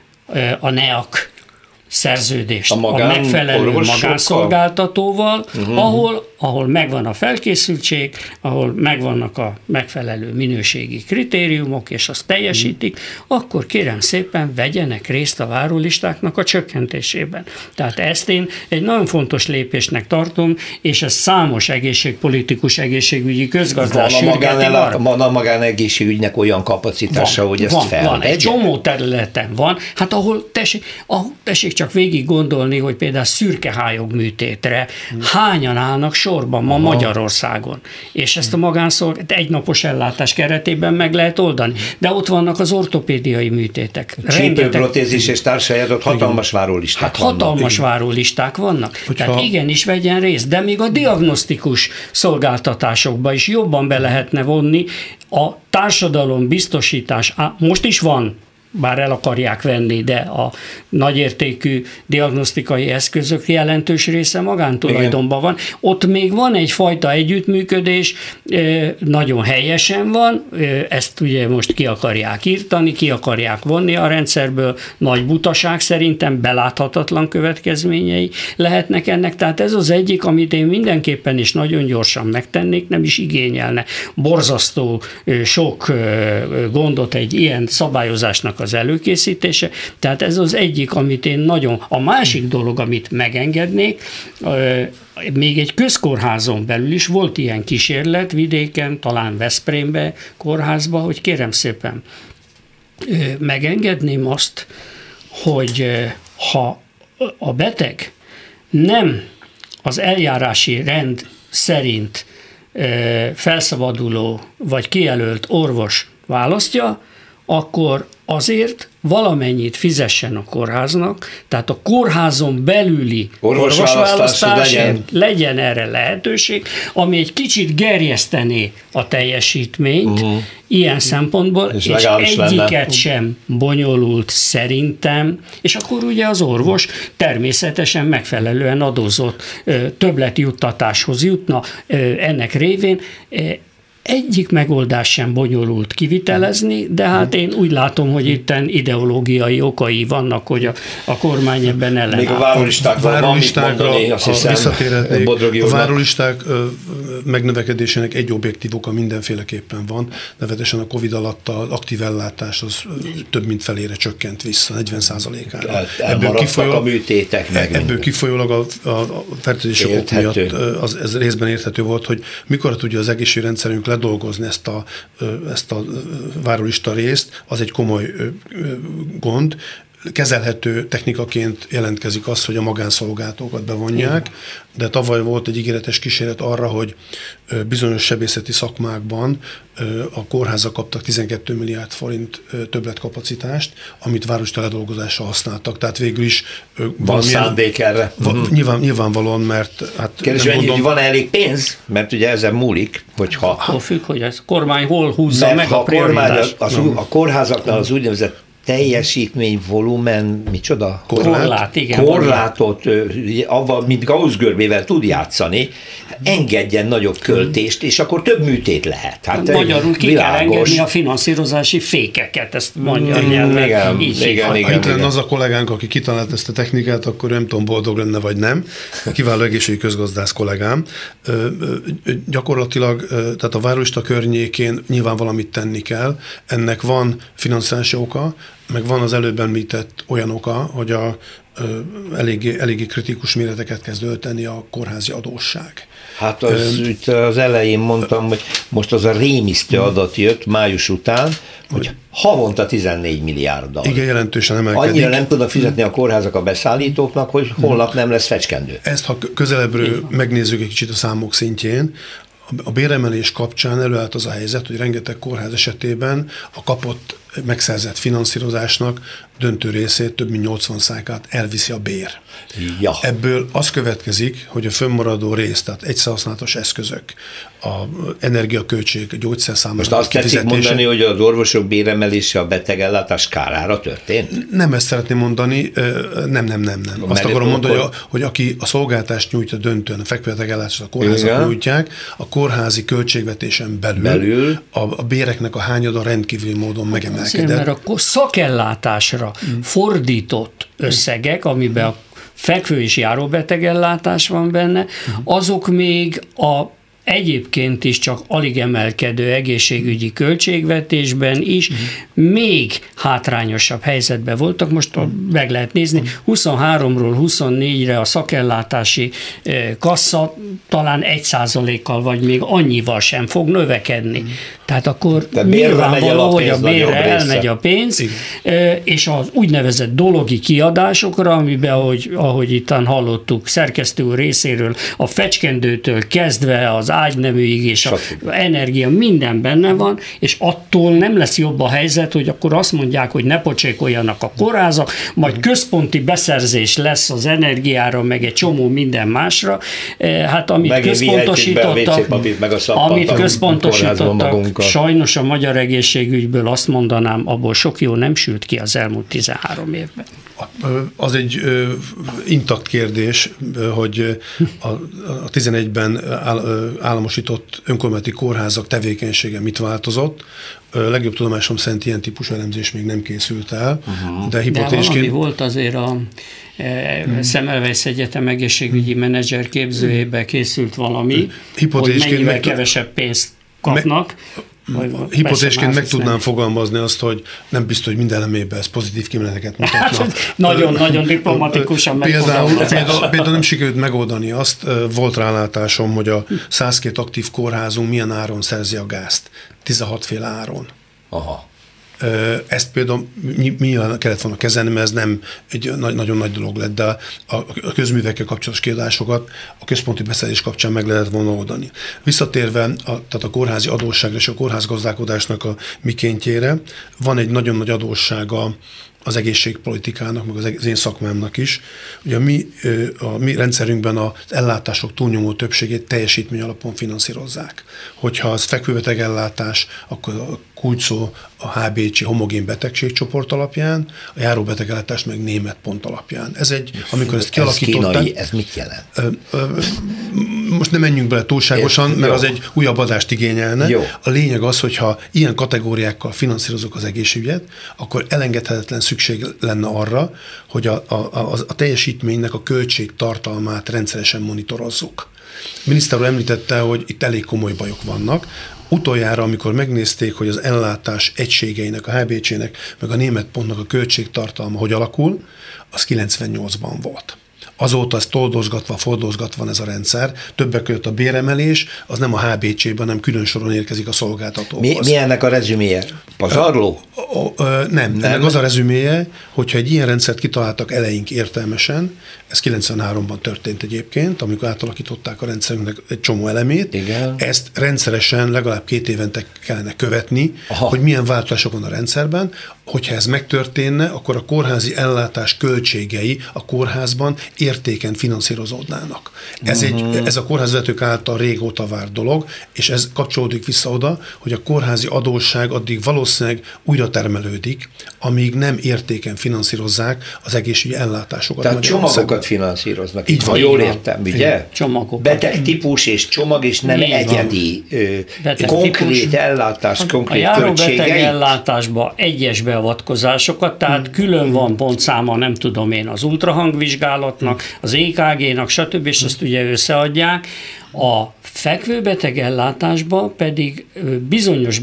a NEAK szerződést a megfelelő magánszolgáltatóval, ahol ahol megvan a felkészültség, ahol megvannak a megfelelő minőségi kritériumok, és azt teljesítik, akkor kérem szépen vegyenek részt a várólistáknak a csökkentésében. Tehát ezt én egy nagyon fontos lépésnek tartom, és ez számos egészségpolitikus, egészségügyi közgazdás sürgeti arra. Van a magánegészségügynek olyan kapacitása, hogy ezt felvegye? Van, egy csomó területen van, hát ahol tessék csak végig gondolni, hogy például szürkehályog műtétre hányan állnak sorban ma Magyarországon, és ezt a magánszolgálat egynapos ellátás keretében meg lehet oldani. De ott vannak az ortopédiai műtétek. Csípőprotézis és társai adott hatalmas várólisták vannak. Hatalmas várólisták vannak. Tehát igenis vegyen részt, de még a diagnosztikus szolgáltatásokba is jobban be lehetne vonni a társadalombiztosítás. Most is van, bár el akarják venni, de a nagyértékű diagnosztikai eszközök jelentős része magántulajdonban van. Ott még van egyfajta együttműködés, nagyon helyesen van, ezt ugye most ki akarják írtani, ki akarják vonni a rendszerből, nagy butaság szerintem, beláthatatlan következményei lehetnek ennek, tehát ez az egyik, amit én mindenképpen is nagyon gyorsan megtennék, nem is igényelne borzasztó sok gondot egy ilyen szabályozásnak az előkészítése, tehát ez az egyik, amit én nagyon... A másik dolog, amit megengednék, még egy közkórházon belül is volt ilyen kísérlet vidéken, talán Veszprémbe kórházba, hogy kérem szépen, megengedném azt, hogy ha a beteg nem az eljárási rend szerint felszabaduló vagy kijelölt orvos választja, akkor azért valamennyit fizessen a kórháznak, tehát a kórházon belüli orvosválasztás legyen erre lehetőség, ami egy kicsit gerjesztené a teljesítményt ilyen szempontból, és egyiket sem bonyolult szerintem, és akkor ugye az orvos természetesen megfelelően adózott többletjuttatáshoz jutna ennek révén. Egyik megoldás sem bonyolult kivitelezni, de hát én úgy látom, hogy itten ideológiai okai vannak, hogy a kormány ebben ellenáll. Még a várólistákra visszatérhetnék. A várólisták megnövekedésének egy objektív oka mindenféleképpen van, nevetesen a Covid alatt az aktív ellátás az több mint felére csökkent vissza, 40%-ára. Ebből kifolyólag a fertőzések ok miatt ez részben érthető volt, hogy mikor tudja az egészségrendszerünk ledolgozni ezt a várólista részt, az egy komoly gond. Kezelhető technikaként jelentkezik az, hogy a magánszolgáltatókat bevonják, de tavaly volt egy ígéretes kísérlet arra, hogy bizonyos sebészeti szakmákban a kórházak kaptak 12 milliárd forint többletkapacitást, amit várólista ledolgozásra használtak. Tehát végül is van szándék erre. Nyilvánvalóan, mert kérdés, van elég pénz? Mert ugye ezen múlik, hogyha... Attól függ, hogy ez kormány hol húzza meg a prioritást. A kórházaknál az úgynevezett teljesítmény, volumen, micsoda? Korlát, igen. Korlátot, avval, mint Gauss-görbével tud játszani, engedjen nagyobb költést, és akkor több műtét lehet. Hát magyarul ki kell engedni a finanszírozási fékeket, ezt magyar nyelven. Ha itt lenne az a kollégánk, aki kitalált ezt a technikát, akkor nem tudom, boldog lenne vagy nem. Kiváló egészségügyi közgazdász kollégám. Gyakorlatilag, tehát a várólista környékén nyilván valamit tenni kell. Ennek van finanszírozási oka, meg van az előbb említett olyan oka, hogy eléggé kritikus méreteket kezd ölteni a kórházi adósság. Hát itt az elején mondtam, hogy most az a rémisztő adat jött május után, hogy havonta 14 milliárddal. Igen, jelentősen emelkedik. Annyira nem tudnak fizetni a kórházak a beszállítóknak, hogy holnap nem lesz fecskendő. Ezt, ha közelebbről megnézzük egy kicsit a számok szintjén, a béremelés kapcsán előállt az a helyzet, hogy rengeteg kórház esetében a kapott megszerzett finanszírozásnak döntő részét, több mint 80%-át elviszi a bér. Ja. Ebből az következik, hogy a fönnmaradó rész, tehát egyszerhasználatos eszközök, a energiaköltség, a gyógyszerszámlák. Most azt tetszik mondani, hogy az orvosok béremelése a betegellátás kárára történt? Nem ezt szeretném mondani, nem. Azt akarom mondani, hogy aki a szolgáltást nyújtja döntően, a fekvőbetegellátást a kórházak nyújtják, a kórházi költségvetésen belül a béreknek a hányada rendkívüli módon megemelkedett. Azért, mert a szakellátásra fordított összegek, amiben a fekvő és járóbetegellátás van benne, azok még a egyébként is csak alig emelkedő egészségügyi költségvetésben is még hátrányosabb helyzetben voltak. Most meg lehet nézni, 23-ról 24-re a szakellátási kassa talán 1%-kal vagy még annyival sem fog növekedni. Tehát akkor nyilvánvaló, hogy a bérre elmegy a pénz, és az úgynevezett dologi kiadásokra, amiben, ahogy itt hallottuk szerkesztő úr részéről, a fecskendőtől kezdve az ágyneműig és az energia, minden benne van, és attól nem lesz jobb a helyzet, hogy akkor azt mondják, hogy ne pocsékoljanak a kórházak, majd központi beszerzés lesz az energiára, meg egy csomó minden másra. Hát amit központosítottak, sajnos a magyar egészségügyi azt mondanám, abból sok jó nem sült ki az elmúlt 13 évben. Az egy intakt kérdés, hogy a 11-ben államosított önkormányzati kórházak tevékenysége mit változott. Legjobb tudomásom szerint ilyen típusú elemzés még nem készült el, de valami volt azért a Semmelweis Egyetem egészségügyi menedzser képzőjébe készült valami, hogy mennyivel kevesebb pénzt kapnak. Hipotézisként meg tudnám fogalmazni azt, hogy nem biztos, hogy minden elemében ez pozitív kimeneteket mutatna. Nagyon diplomatikusan Például nem sikerült megoldani azt, volt rálátásom, hogy a 102 aktív kórházunk milyen áron szerzi a gázt. 16 féle áron. Aha. Ezt például nyilván kellett volna kezelni, mert ez nem egy nagyon nagy dolog lett, de a közművekkel kapcsolatos kiadásokat a központi beszerzés kapcsán meg lehetett volna oldani. Visszatérve tehát a kórházi adósságra és a kórházgazdálkodásnak a mikéntjére, van egy nagyon nagy adóssága az egészségpolitikának, meg az én szakmámnak is. Ugye a mi rendszerünkben az ellátások túlnyomó többségét teljesítmény alapon finanszírozzák. Hogyha az fekvőbeteg ellátás, akkor a kulcs szó a HBC homogén betegségcsoport alapján, a járóbeteg ellátás meg német pont alapján. Ez egy, amikor ezt kialakították... Ez mit jelent? Most nem menjünk bele túlságosan, mert az egy újabb adást igényelne. Jó. A lényeg az, hogyha ilyen kategóriákkal finanszírozunk az egészségügyet, akkor elengedhetetlen szükség lenne arra, hogy a teljesítménynek a költségtartalmát rendszeresen monitorozzuk. A miniszter úr említette, hogy itt elég komoly bajok vannak. Utoljára, amikor megnézték, hogy az ellátás egységeinek, a HBC-nek, meg a német pontnak a költségtartalma hogy alakul, az 98-ban volt. Azóta ez toldozgatva, fordozgatva van ez a rendszer. Többek között a béremelés, az nem a HBC-ben, nem külön soron érkezik a szolgáltatóhoz. Mi ennek a rezüméje? Pazarló? Nem. Ennek az a rezüméje, hogyha egy ilyen rendszert kitaláltak eleink értelmesen, ez 93-ban történt egyébként, amikor átalakították a rendszerünknek egy csomó elemét. Igen. Ezt rendszeresen legalább 2 évente kellene követni, hogy milyen változások van a rendszerben. Hogyha ez megtörténne, akkor a kórházi ellátás költségei a kórházban értéken finanszírozódnának. Ez a kórházvezetők által régóta várt dolog, és ez kapcsolódik vissza oda, hogy a kórházi adósság addig valószínűleg újra termelődik, amíg nem értéken finanszírozzák az egészségügyi ellátásokat. Tehát csomagokat finanszíroznak. Így van, jól értem, ugye? Csomagokat. Betegtípus és csomag, és nem egyedi, konkrét ellátás, konkrét költségei. A járóbeteg ellátásban egyes beavatkozásokat, tehát külön van pontszáma, nem tudom én, az ultrahangvizsgálatnak, az EKG-nak, stb., és ezt ugye összeadják. A fekvőbeteg ellátásban pedig bizonyos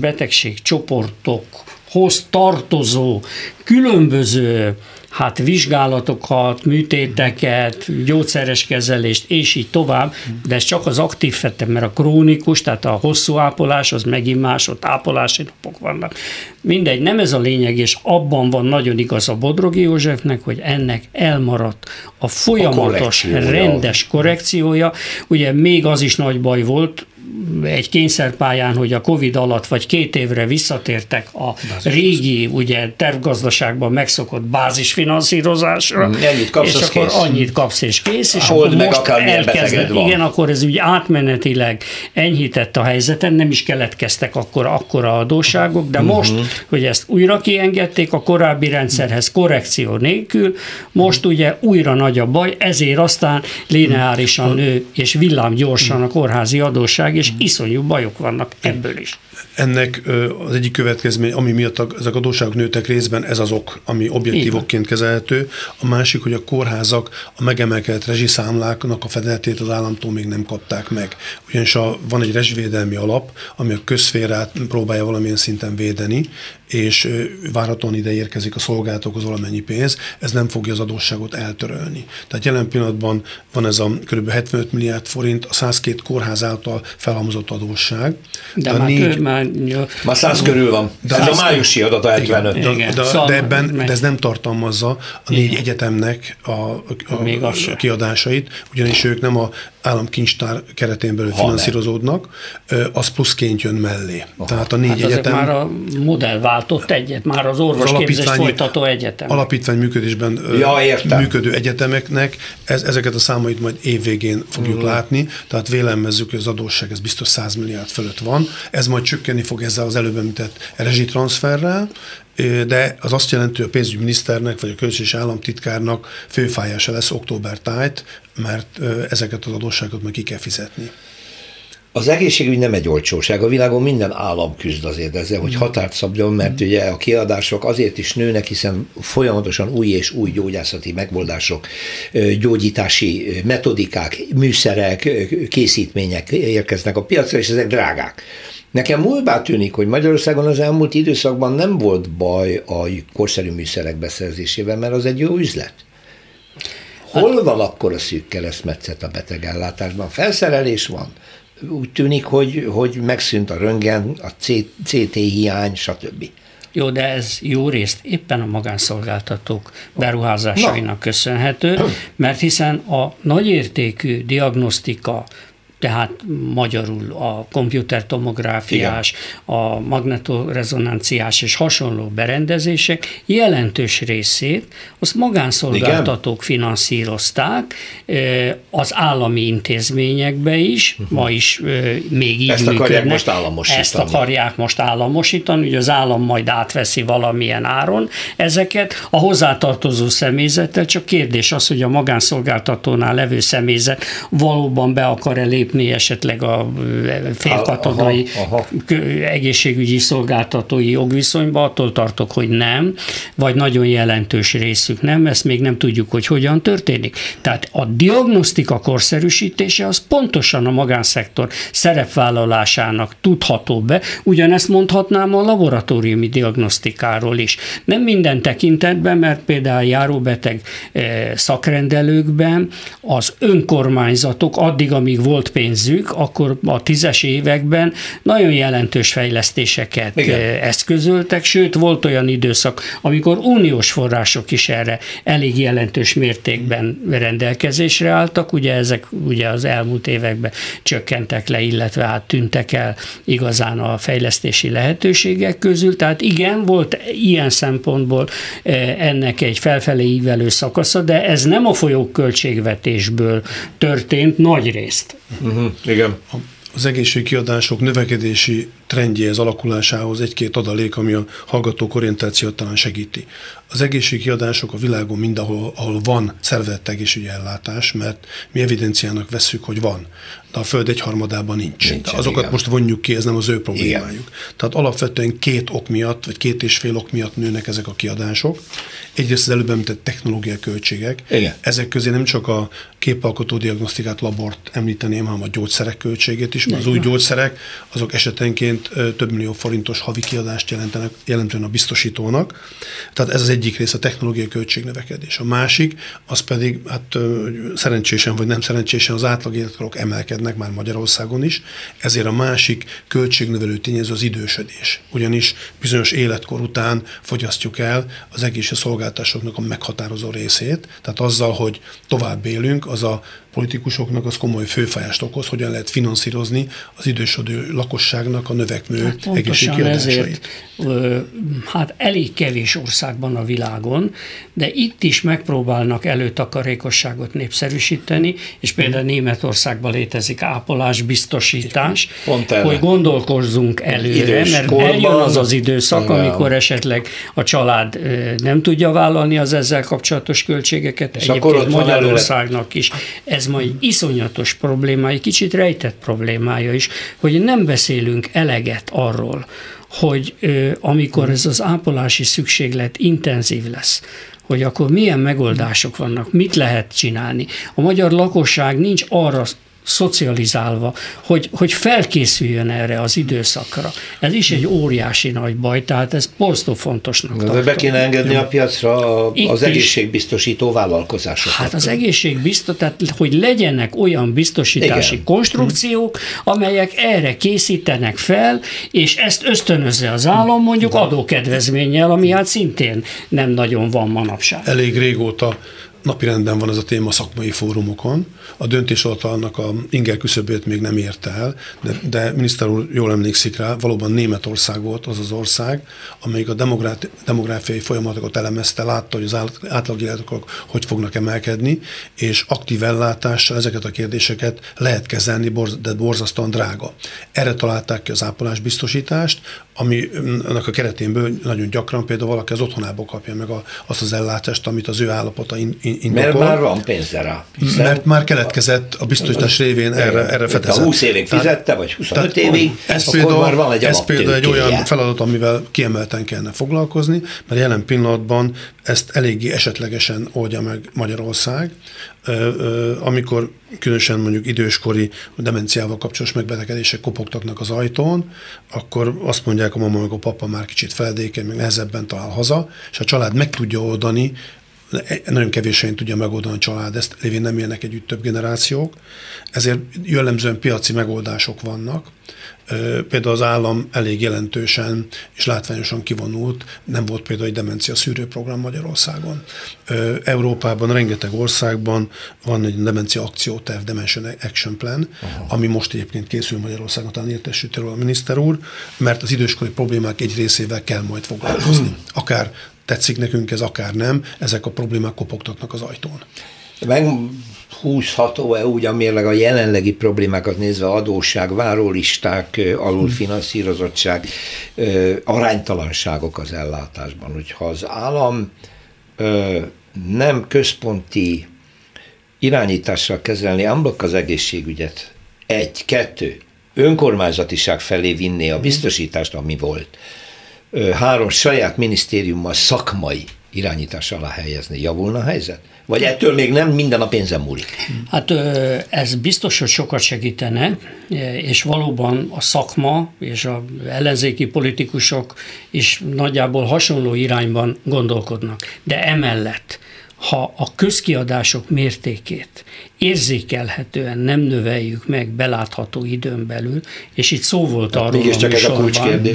betegségcsoportokhoz tartozó különböző vizsgálatokat, műtéteket, gyógyszeres kezelést, és így tovább, de ez csak az aktív fettem, mert a krónikus, tehát a hosszú ápolás, az megint más, ott ápolási napok vannak. Mindegy, nem ez a lényeg, és abban van nagyon igaz a Bodrogi Józsefnek, hogy ennek elmaradt a folyamatos, rendes korrekciója. Ugye még az is nagy baj volt, egy kényszerpályán, hogy a Covid alatt vagy 2 évre visszatértek a régi, ugye tervgazdaságban megszokott bázisfinanszírozásra, és akkor kész. Annyit kapsz és kész, és akkor most elkezdett. Igen, akkor ez úgy átmenetileg enyhített a helyzeten, nem is keletkeztek akkora adósságok, de most, hogy ezt újra kiengedték a korábbi rendszerhez korrekció nélkül, most ugye újra nagy a baj, ezért aztán lineárisan nő és villámgyorsan a kórházi adósság, és iszonyú bajok vannak ebből is. Ennek az egyik következmény, ami miatt ezek a adósságok nőttek részben, ez az ok, ami objektívokként kezelhető. A másik, hogy a kórházak a megemelkedett rezsiszámláknak a fedeletét az államtól még nem kapták meg. Ugyanis van egy rezsivédelmi alap, ami a közszférát próbálja valamilyen szinten védeni, és várhatóan ide érkezik a szolgáltatókhoz valamennyi pénz, ez nem fogja az adósságot eltörölni. Tehát jelen pillanatban van ez a kb. 75 milliárd forint a 102 kórház által felhalmozott adósság. De már 100 körül van. De ez a májusi adat a 75. De ez nem tartalmazza a 4 egyetemnek a kiadásait, ugyanis ők nem a államkincstár keretén belül finanszírozódnak, az pluszként jön mellé. Tehát a 4 egyetem... már a modell váltott egyet, már az orvosképzést folytató egyetem. Alapítvány működésben működő egyetemeknek ezeket a számait majd évvégén fogjuk látni, tehát vélelmezzük, hogy az adósság ez biztos 100 milliárd fölött van. Ez majd csökkenni fog ezzel az előbb említett rezsitranszferrel, de az azt jelenti, hogy a pénzügyminiszternek vagy a költségvetési államtitkárnak főfájása lesz október tájt, mert ezeket az adósságokat meg ki kell fizetni. Az egészségügy nem egy olcsóság. A világon minden állam küzd azért ezzel, hogy határt szabjon, mert ugye a kiadások azért is nőnek, hiszen folyamatosan új és új gyógyászati megoldások, gyógyítási metodikák, műszerek, készítmények érkeznek a piacra, és ezek drágák. Nekem múltbá tűnik, hogy Magyarországon az elmúlt időszakban nem volt baj a korszerű műszerek beszerzésével, mert az egy jó üzlet. Hol van akkor a szűk keresztmetszet a betegellátásban? Felszerelés van. Úgy tűnik, hogy megszűnt a röntgen, a CT hiány, stb. Jó, de ez jó részt éppen a magánszolgáltatók beruházásainak köszönhető, mert hiszen a nagyértékű diagnosztika, tehát magyarul a komputertomográfiás, a magnetorezonanciás és hasonló berendezések jelentős részét azt magánszolgáltatók finanszírozták, az állami intézményekbe is, ma is még így működnek. Ezt akarják most államosítani, hogy az állam majd átveszi valamilyen áron ezeket. A hozzátartozó személyzettel csak kérdés az, hogy a magánszolgáltatónál levő személyzet valóban be akar lépni esetleg a félkatonai egészségügyi szolgáltatói jogviszonyba, attól tartok, hogy nem, vagy nagyon jelentős részük nem, ezt még nem tudjuk, hogy hogyan történik. Tehát a diagnosztika korszerűsítése az pontosan a magánszektor szerepvállalásának tudható be, ugyanezt mondhatnám a laboratóriumi diagnosztikáról is. Nem minden tekintetben, mert például járóbeteg szakrendelőkben az önkormányzatok addig, amíg volt pénzük, akkor a 10-es években nagyon jelentős fejlesztéseket eszközöltek, sőt volt olyan időszak, amikor uniós források is erre elég jelentős mértékben rendelkezésre álltak, ugye ezek ugye az elmúlt években csökkentek le, illetve hát tűntek el igazán a fejlesztési lehetőségek közül, tehát igen, volt ilyen szempontból ennek egy felfelé ívelő szakasza, de ez nem a folyók költségvetésből történt nagy részt. Igen. Az egészségkiadások növekedési trendjéhez, alakulásához egy-két adalék, ami a hallgatók orientációt talán segíti. Az egészségkiadások a világon mindenhol, ahol van szervezett egészségügyi ellátás, mert mi evidenciának vesszük, hogy van, de a Föld egyharmadában nincs. Azokat igen. Most vonjuk ki, ez nem az ő problémájuk. Igen. Tehát alapvetően 2 ok miatt, vagy 2,5 ok miatt nőnek ezek a kiadások. Egyrészt az előbb említett technológiai költségek. Igen. Ezek közé nem csak a képalkotó diagnosztikát, labort említeném, hanem a gyógyszerek költségét is, mert az új gyógyszerek azok esetenként több millió forintos havi kiadást jelentően a biztosítónak. Tehát ez az egyik rész, a technológiai költségnövekedés. A másik, az pedig hát szerencsésen vagy nem szerencsésen az átlag életkorok emelkednek már Magyarországon is, ezért a másik költségnövelő tényező az idősödés. Ugyanis bizonyos életkor után fogyasztjuk el az egészségügyi szolgáltatásoknak a meghatározó részét, tehát azzal, hogy tovább élünk, az a politikusoknak az komoly főfájást okoz, hogyan lehet finanszírozni az idősödő lakosságnak a növekvő egészségkiadásait. Hát elég kevés országban a világon, de itt is megpróbálnak előtakarékosságot népszerűsíteni, és például Németországban létezik ápolásbiztosítás, hogy gondolkozzunk előre, mert eljön az az időszak, amikor esetleg a család nem tudja vállalni az ezzel kapcsolatos költségeket, és egyébként Magyarországnak is ez ma egy iszonyatos probléma, egy kicsit rejtett problémája is, hogy nem beszélünk eleget arról, hogy amikor ez az ápolási szükséglet intenzív lesz, hogy akkor milyen megoldások vannak, mit lehet csinálni. A magyar lakosság nincs arra szocializálva, hogy felkészüljön erre az időszakra. Ez is egy óriási nagy baj, tehát ez borzasztó fontosnak tartom. Be kéne engedni a piacra az egészségbiztosító vállalkozásokat. Hát az egészségbiztosító, tehát hogy legyenek olyan biztosítási konstrukciók, amelyek erre készítenek fel, és ezt ösztönözze az állam mondjuk adókedvezménnyel, ami hát szintén nem nagyon van manapság. Elég régóta napirenden van ez a téma szakmai fórumokon. A döntéshozatalnak a inger küszöbét még nem érte el, de miniszter úr jól emlékszik rá, valóban Németország volt az az ország, amelyik a demográfiai folyamatokat elemezte, látta, hogy az átlag életkorok hogy fognak emelkedni, és aktív ellátással ezeket a kérdéseket lehet kezelni, de borzasztóan drága. Erre találták ki az ápolásbiztosítást, ami ennek a keretéből nagyon gyakran például valaki az otthonából kapja meg azt az ellátást, amit az ő állapota indokol. Mert már van pénze rá. Mert már keletkezett a biztosítás révén erre fedezett. Ha 20 évig fizette, vagy 25 évig, akkor már van egy ez például egy olyan feladat, amivel kiemelten kellene foglalkozni, mert jelen pillanatban ezt eléggé esetlegesen oldja meg Magyarország, amikor különösen mondjuk időskori demenciával kapcsolatos megbetegedések kopogtatnak az ajtón, akkor azt mondják a mama meg a papa már kicsit feledékeny, meg nehezebben talál haza, és a család meg tudja oldani, nagyon kevés helyen tudja megoldani a család ezt, lévén nem élnek együtt több generációk, ezért jellemzően piaci megoldások vannak. Például az állam elég jelentősen és látványosan kivonult, nem volt például egy demencia szűrőprogram Magyarországon. Európában, rengeteg országban van egy demencia akcióterv, Dementia Action Plan, ami most egyébként készül Magyarországon, talán értesült erről a miniszter úr, mert az időskori problémák egy részével kell majd foglalkozni. Akár tetszik nekünk ez, akár nem, ezek a problémák kopogtatnak az ajtón. Meghúzható-e úgy a mérleg a jelenlegi problémákat nézve, adósság, várólisták, alulfinanszírozottság, aránytalanságok az ellátásban? Hogyha az állam nem központi irányítással kezelni amblok az egészségügyet, 1, 2, önkormányzatiság felé vinné a biztosítást, ami volt, 3, saját minisztériummal szakmai irányítás alá helyezni, javulna a helyzet? Vagy ettől még nem minden a pénzen múlik? Hát ez biztos, hogy sokat segítene, és valóban a szakma és az ellenzéki politikusok is nagyjából hasonló irányban gondolkodnak. De emellett, ha a közkiadások mértékét érzékelhetően nem növeljük meg belátható időn belül, és itt szó volt arról a műsorban,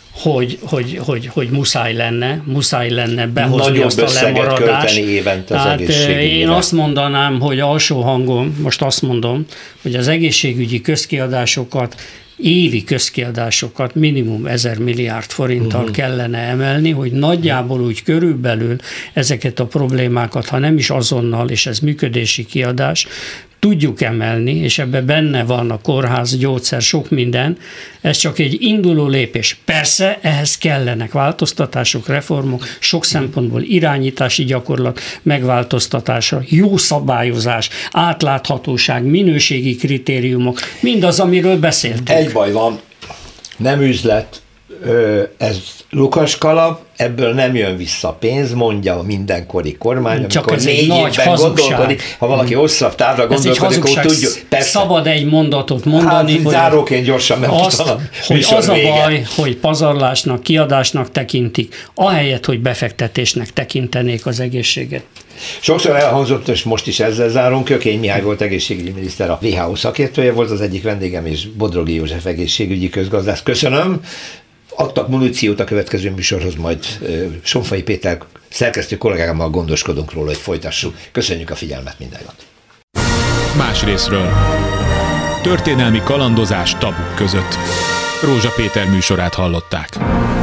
hogy muszáj lenne behozni azt a lemaradást. Tehát én azt mondanám, hogy alsó hangon, most azt mondom, hogy az egészségügyi közkiadásokat, évi közkiadásokat minimum 1000 milliárd forinttal kellene emelni, hogy nagyjából úgy körülbelül ezeket a problémákat, ha nem is azonnal, és ez működési kiadás, tudjuk emelni, és ebben benne van a kórház, gyógyszer, sok minden, ez csak egy induló lépés. Persze ehhez kellenek változtatások, reformok, sok szempontból irányítási gyakorlat megváltoztatása, jó szabályozás, átláthatóság, minőségi kritériumok, mindaz, amiről beszéltünk. Egy baj van, nem üzlet, ez lukas kalap, ebből nem jön vissza pénz, mondja a mindenkori kormány, csak amikor 4 évben gondolkodik, ha valaki hosszabb távra gondolkodik, akkor tudjuk. Persze. Szabad egy mondatot mondani, hogy záróként gyorsan, mert hogy az a baj, hogy pazarlásnak, kiadásnak tekintik, ahelyett, hogy befektetésnek tekintenék az egészséget. Sokszor elhangzott, és most is ezzel zárunk, Kökény Mihály volt egészségügyi miniszter, a WHO szakértője volt az egyik vendégem, és Bodrogi József egészségügyi közgazdász. Köszönöm. Adtak muníciót a következő műsorhoz, majd Sonfai Péter szerkesztő kollégámmal gondoskodunk róla, hogy folytassuk. Köszönjük a figyelmet, minden jót. Más részről. Történelmi kalandozás tabuk között. Rózsa Péter műsorát hallották.